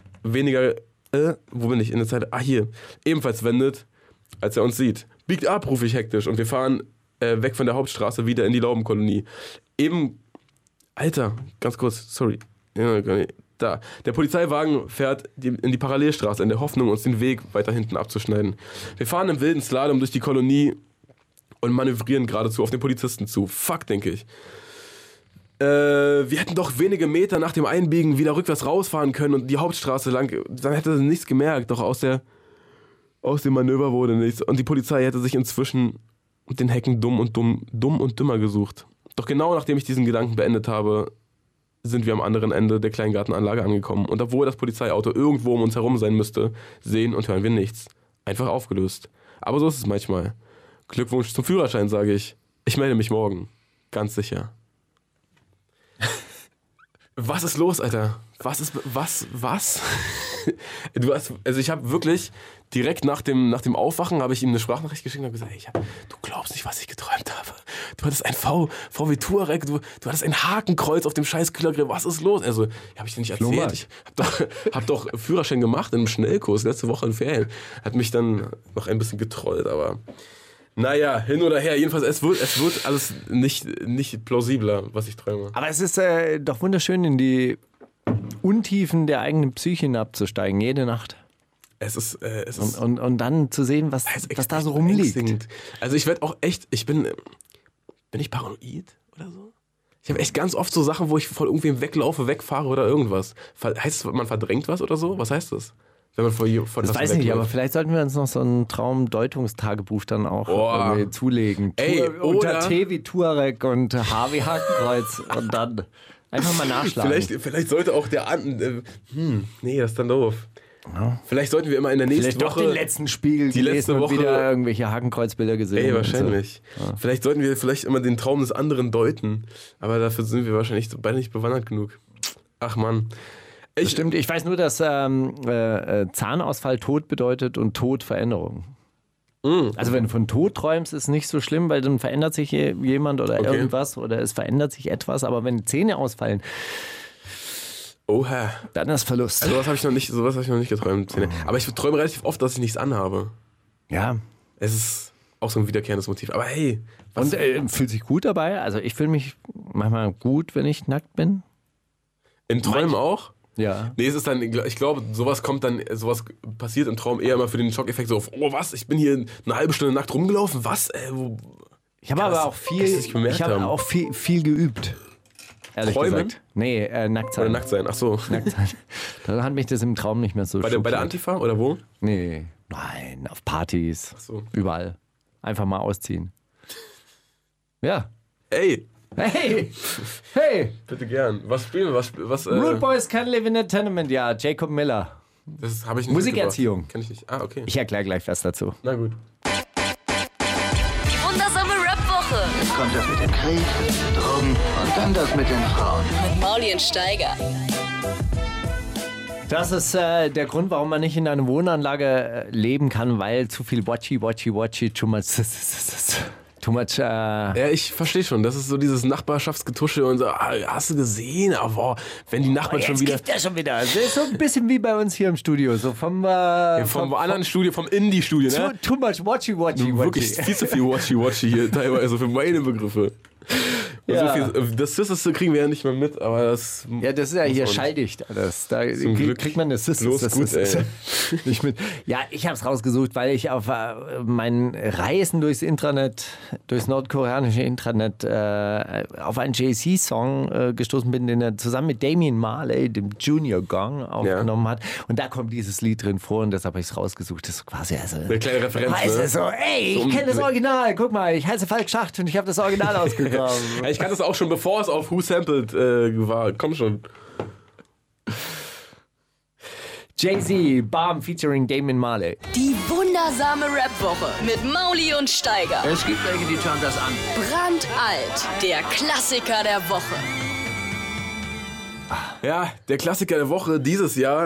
wo bin ich in der Zeit? Hier. Ebenfalls wendet, als er uns sieht. Biegt ab, rufe ich hektisch und wir fahren weg von der Hauptstraße wieder in die Laubenkolonie. Alter, ganz kurz, sorry. Da. Der Polizeiwagen fährt in die Parallelstraße in der Hoffnung, uns den Weg weiter hinten abzuschneiden. Wir fahren im wilden Slalom durch die Kolonie und manövrieren geradezu auf den Polizisten zu. Fuck, denke ich. Wir hätten doch wenige Meter nach dem Einbiegen wieder rückwärts rausfahren können und die Hauptstraße lang. Dann hätte er nichts gemerkt, doch aus dem Manöver wurde nichts. Und die Polizei hätte sich inzwischen den Hecken dumm und dümmer gesucht. Doch genau nachdem ich diesen Gedanken beendet habe, sind wir am anderen Ende der Kleingartenanlage angekommen. Und obwohl das Polizeiauto irgendwo um uns herum sein müsste, sehen und hören wir nichts. Einfach aufgelöst. Aber so ist es manchmal. Glückwunsch zum Führerschein, sage ich. Ich melde mich morgen. Ganz sicher. Was ist los, Alter? Was? Ich habe wirklich direkt nach dem Aufwachen habe ich ihm eine Sprachnachricht geschickt und habe gesagt, du glaubst nicht, was ich geträumt habe. Du hattest ein VW Touareg, du hattest ein Hakenkreuz auf dem scheiß Kühlergrill. Was ist los? Also, habe ich dir nicht erzählt. Ich hab doch Führerschein gemacht in einem Schnellkurs letzte Woche in Ferien. Hat mich dann noch ein bisschen getrollt, aber naja, hin oder her. Jedenfalls, es wird alles nicht plausibler, was ich träume. Aber es ist doch wunderschön, in die Untiefen der eigenen Psyche hinabzusteigen, jede Nacht. Es ist Und dann zu sehen, was da so rumliegt. ängstigend. Also ich werde auch echt, bin ich paranoid oder so? Ich habe echt ganz oft so Sachen, wo ich vor irgendwem weglaufe, wegfahre oder irgendwas. Heißt es, man verdrängt was oder so? Was heißt das? Wenn man von Das weiß ich nicht, aber vielleicht sollten wir uns noch so ein Traumdeutungstagebuch dann auch irgendwie zulegen. Ey, unter T wie Tuareg und H wie Hakenkreuz und dann einfach mal nachschlagen. Vielleicht sollte auch der nee, das ist dann doof. Ja. Vielleicht sollten wir immer in der nächsten Woche doch den letzten Spiegel gelesen und wieder irgendwelche Hakenkreuzbilder gesehen. Ey, wahrscheinlich. So. Ja. Vielleicht sollten wir immer den Traum des anderen deuten. Aber dafür sind wir wahrscheinlich beide nicht bewandert genug. Ach Mann. Stimmt, ich weiß nur, dass Zahnausfall Tod bedeutet und Tod Veränderung. Also wenn du von Tod träumst, ist nicht so schlimm, weil dann verändert sich jemand oder irgendwas oder es verändert sich etwas. Aber wenn Zähne ausfallen, dann ist Verlust. Also sowas habe ich noch nicht geträumt. Aber ich träume relativ oft, dass ich nichts anhabe. Ja. Es ist auch so ein wiederkehrendes Motiv. Aber hey. Und fühlt sich gut dabei? Also ich fühle mich manchmal gut, wenn ich nackt bin. In Träumen auch? Ja. Nee, es ist dann, ich glaube, sowas passiert im Traum eher immer für den Schockeffekt so auf, oh was, ich bin hier eine halbe Stunde nackt rumgelaufen, was? Ich habe aber auch viel geübt. Ehrlich Träumen? gesagt. Nee, nackt sein. Oder nackt sein, ach so. Nackt sein. Da hat mich das im Traum nicht mehr so bei der Antifa oder wo? Nee, nein, auf Partys. Ach so. Überall. Einfach mal ausziehen. Ja. Ey! Hey! Hey! Bitte gern. Was spielen wir? Was, Rude Boys Can't Live in a Tenement, ja. Jacob Miller. Das habe ich nicht. Musikerziehung. Kenn ich nicht. Ah, okay. Ich erkläre gleich was dazu. Na gut. Die wundersame Rap-Woche Jetzt kommt das mit dem Krieg, Drogen und dann das mit den Frauen. mit Mauli und Steiger. Das ist der Grund, warum man nicht in einer Wohnanlage leben kann, weil zu viel Watchy, too much. Ja, ich verstehe schon. Das ist so dieses Nachbarschaftsgetusche und so, hast du gesehen? Aber wenn die Nachbarn schon wieder. Gibt schon wieder. Das ist so ein bisschen wie bei uns hier im Studio. So vom anderen Studio, vom Indie-Studio, ne? Too much watchy. Wirklich viel zu viel Watchy hier teilweise für meine Begriffe. Ja. So viel, das Sisters kriegen wir ja nicht mehr mit, aber das. Ja, das ist ja hier schalldicht. Da kriegt man eine Sisters. Gut, ey. Nicht mit. Ja, ich habe es rausgesucht, weil ich auf meinen Reisen durchs nordkoreanische Intranet, auf einen Jay-Z-Song gestoßen bin, den er zusammen mit Damian Marley, dem Junior Gong, aufgenommen hat. Und da kommt dieses Lied drin vor und deshalb habe ich es rausgesucht. Das ist quasi eine kleine Referenz. So, ey, ich kenne das Original. Guck mal, ich heiße Falk Schacht und ich habe das Original ausgegraben. Ja, ich kannte das auch schon, bevor es auf Who Sampled war. Komm schon. Jay-Z, Bomb featuring Damian Marley. Die wundersame Rap-Woche mit Mauli und Steiger. Es gibt welche, die schauen das an. Brandalt, der Klassiker der Woche. Ja, der Klassiker der Woche diese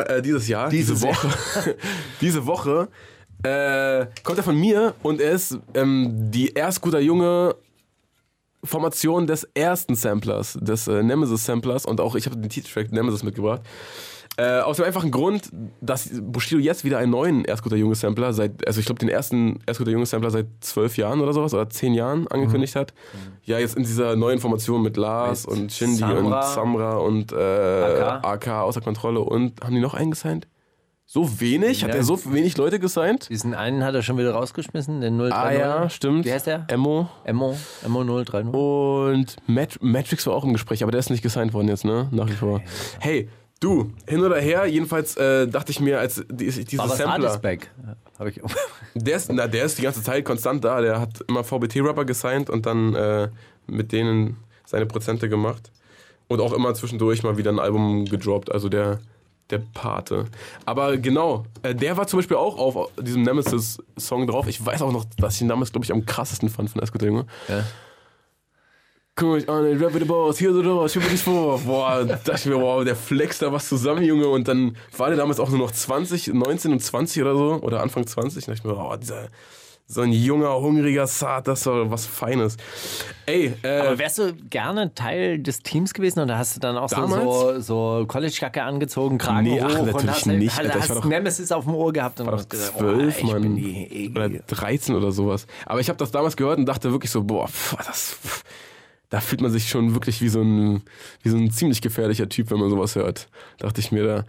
Woche kommt er von mir und er ist die erst guter Junge Formation des ersten Samplers, des Nemesis-Samplers und auch ich habe den Titeltrack Nemesis mitgebracht. Aus dem einfachen Grund, dass Bushido jetzt wieder einen neuen Erstguter Junge Sampler ich glaube den ersten Erstguter Junge Sampler seit 12 Jahren oder sowas oder 10 Jahren angekündigt hat. Ja, jetzt in dieser neuen Formation mit Lars und Shindy und Samra und AK außer Kontrolle und haben die noch einen gesigned? So wenig? Hat er so wenig Leute gesigned? Diesen einen hat er schon wieder rausgeschmissen, den 030. Ah ja, stimmt. Wie heißt der? Emmo 030. Und Matrix war auch im Gespräch, aber der ist nicht gesigned worden jetzt, ne? Nach wie vor. Hey, du, hin oder her, jedenfalls dachte ich mir, als dieser Sampler... ist back. Hab ich der ist die ganze Zeit konstant da, der hat immer VBT-Rapper gesigned und dann mit denen seine Prozente gemacht. Und auch immer zwischendurch mal wieder ein Album gedroppt, also der Pate. Aber genau, der war zum Beispiel auch auf diesem Nemesis-Song drauf. Ich weiß auch noch, dass ich ihn damals, glaube ich, am krassesten fand von Erstguter Junge. Ja. Guck mich an, rap with the boss, here the door, schiebe dich vor. Boah, dachte ich mir, wow, der flext da was zusammen, Junge. Und dann war der damals auch nur noch 19 und 20 oder so, oder Anfang 20. Da dachte ich mir, oh, so ein junger, hungriger Saat, das war was Feines. Ey, aber wärst du gerne Teil des Teams gewesen oder hast du dann auch so College-Jacke angezogen, Kragen hoch und hast Nemesis auf dem Ohr gehabt und hast gesagt, 12, Mann, oder 13 oder sowas. Aber ich habe das damals gehört und dachte wirklich so, boah, da fühlt man sich schon wirklich wie so ein ziemlich gefährlicher Typ, wenn man sowas hört. Dachte ich mir da.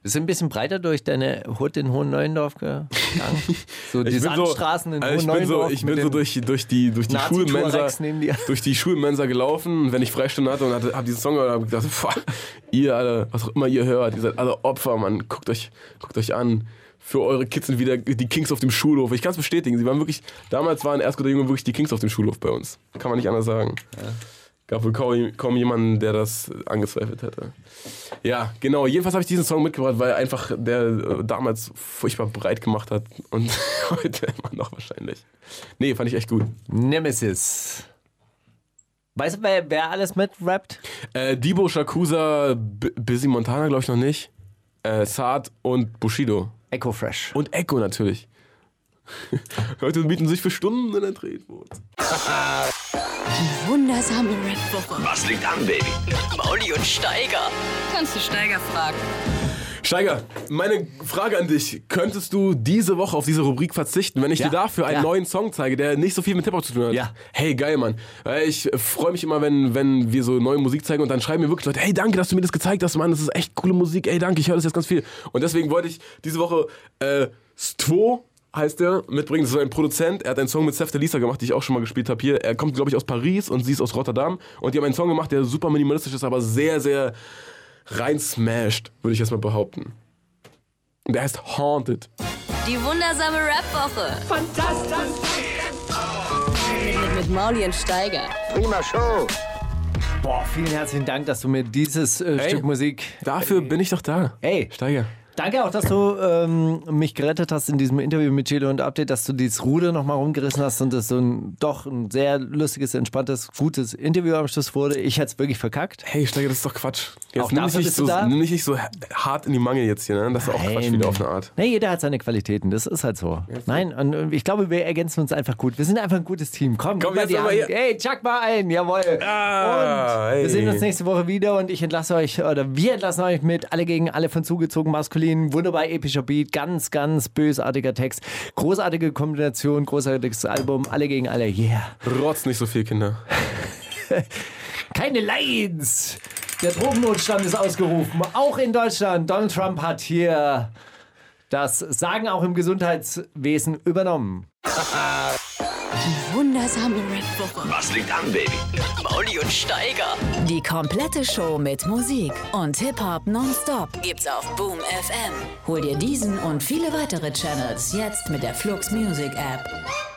Bist du ein bisschen breiter durch deine Hut in Hohen-Neuendorf gegangen? So die Sandstraßen in Hohen-Neuendorf. Ich bin so durch die Schulmensa, neben dir. durch die Schulmensa gelaufen, wenn ich Freistunde hatte und habe diesen Song gehört und habe gedacht, boah, ihr alle, was auch immer ihr hört, ihr seid alle Opfer, Mann, guckt euch an. Für eure Kids sind wieder die Kings auf dem Schulhof. Ich kann es bestätigen, damals waren Erstguter Junge wirklich die Kings auf dem Schulhof bei uns. Kann man nicht anders sagen. Ja. Gab wohl kaum jemanden, der das angezweifelt hätte. Ja, genau. Jedenfalls habe ich diesen Song mitgebracht, weil einfach der damals furchtbar breit gemacht hat. Und heute immer noch wahrscheinlich. Nee, fand ich echt gut. Nemesis. Weißt du, wer alles mit rappt? Debo, Shakusa, Busy Montana, glaube ich noch nicht. Saad und Bushido. Echo Fresh. Und Echo natürlich. Leute bieten sich für Stunden in der Tretboot. Die wundersame Rap-Woche. Was liegt an, Baby? Mauli und Steiger. Kannst du Steiger fragen? Steiger, meine Frage an dich. Könntest du diese Woche auf diese Rubrik verzichten, wenn ich dir dafür einen neuen Song zeige, der nicht so viel mit Hip-Hop zu tun hat? Ja. Hey, geil, Mann. Ich freue mich immer, wenn wir so neue Musik zeigen und dann schreiben mir wirklich Leute, hey, danke, dass du mir das gezeigt hast, Mann, das ist echt coole Musik. Ey, danke, ich höre das jetzt ganz viel. Und deswegen wollte ich diese Woche Stvo heißt der, mitbringen. Das ist ein Produzent. Er hat einen Song mit Sefta Lisa gemacht, die ich auch schon mal gespielt habe hier. Er kommt, glaube ich, aus Paris und sie ist aus Rotterdam. Und die haben einen Song gemacht, der super minimalistisch ist, aber sehr, sehr rein smashed, würde ich jetzt mal behaupten. Und der heißt Haunted. Die wundersame Rap-Woche. Fantastisch. Mit Mauli und Steiger. Prima Show. Boah, vielen herzlichen Dank, dass du mir dieses Stück Musik... Dafür bin ich doch da. Ey, Steiger. Danke auch, dass du mich gerettet hast in diesem Interview mit Chelo und Update, dass du dieses Ruder nochmal rumgerissen hast und das so ein sehr lustiges, entspanntes, gutes Interview am Schluss wurde. Ich hätte es wirklich verkackt. Hey, Steiger, das ist doch Quatsch. Jetzt Auch dafür bist du da? Nimm dich nicht so hart in die Mangel jetzt hier, ne? Das ist auch Quatsch wieder auf eine Art. Nee, jeder hat seine Qualitäten, das ist halt so. Nein, und ich glaube, wir ergänzen uns einfach gut. Wir sind einfach ein gutes Team. Komm jetzt die aber hier. Hey, chuck mal ein, jawohl. Und wir sehen uns nächste Woche wieder und ich entlasse euch, oder wir entlassen euch mit Alle gegen Alle von Zugezogen Maskulin. Wunderbar epischer Beat, ganz, ganz bösartiger Text. Großartige Kombination, großartiges Album. Alle gegen Alle, yeah. Rotz nicht so viel, Kinder. Keine Lines. Der Drogennotstand ist ausgerufen, auch in Deutschland. Donald Trump hat hier das Sagen auch im Gesundheitswesen übernommen. Die wundersame Rap-Woche. Was liegt an, Baby? Mauli und Steiger. Die komplette Show mit Musik und Hip-Hop nonstop gibt's auf Boom FM. Hol dir diesen und viele weitere Channels jetzt mit der Flux Music App.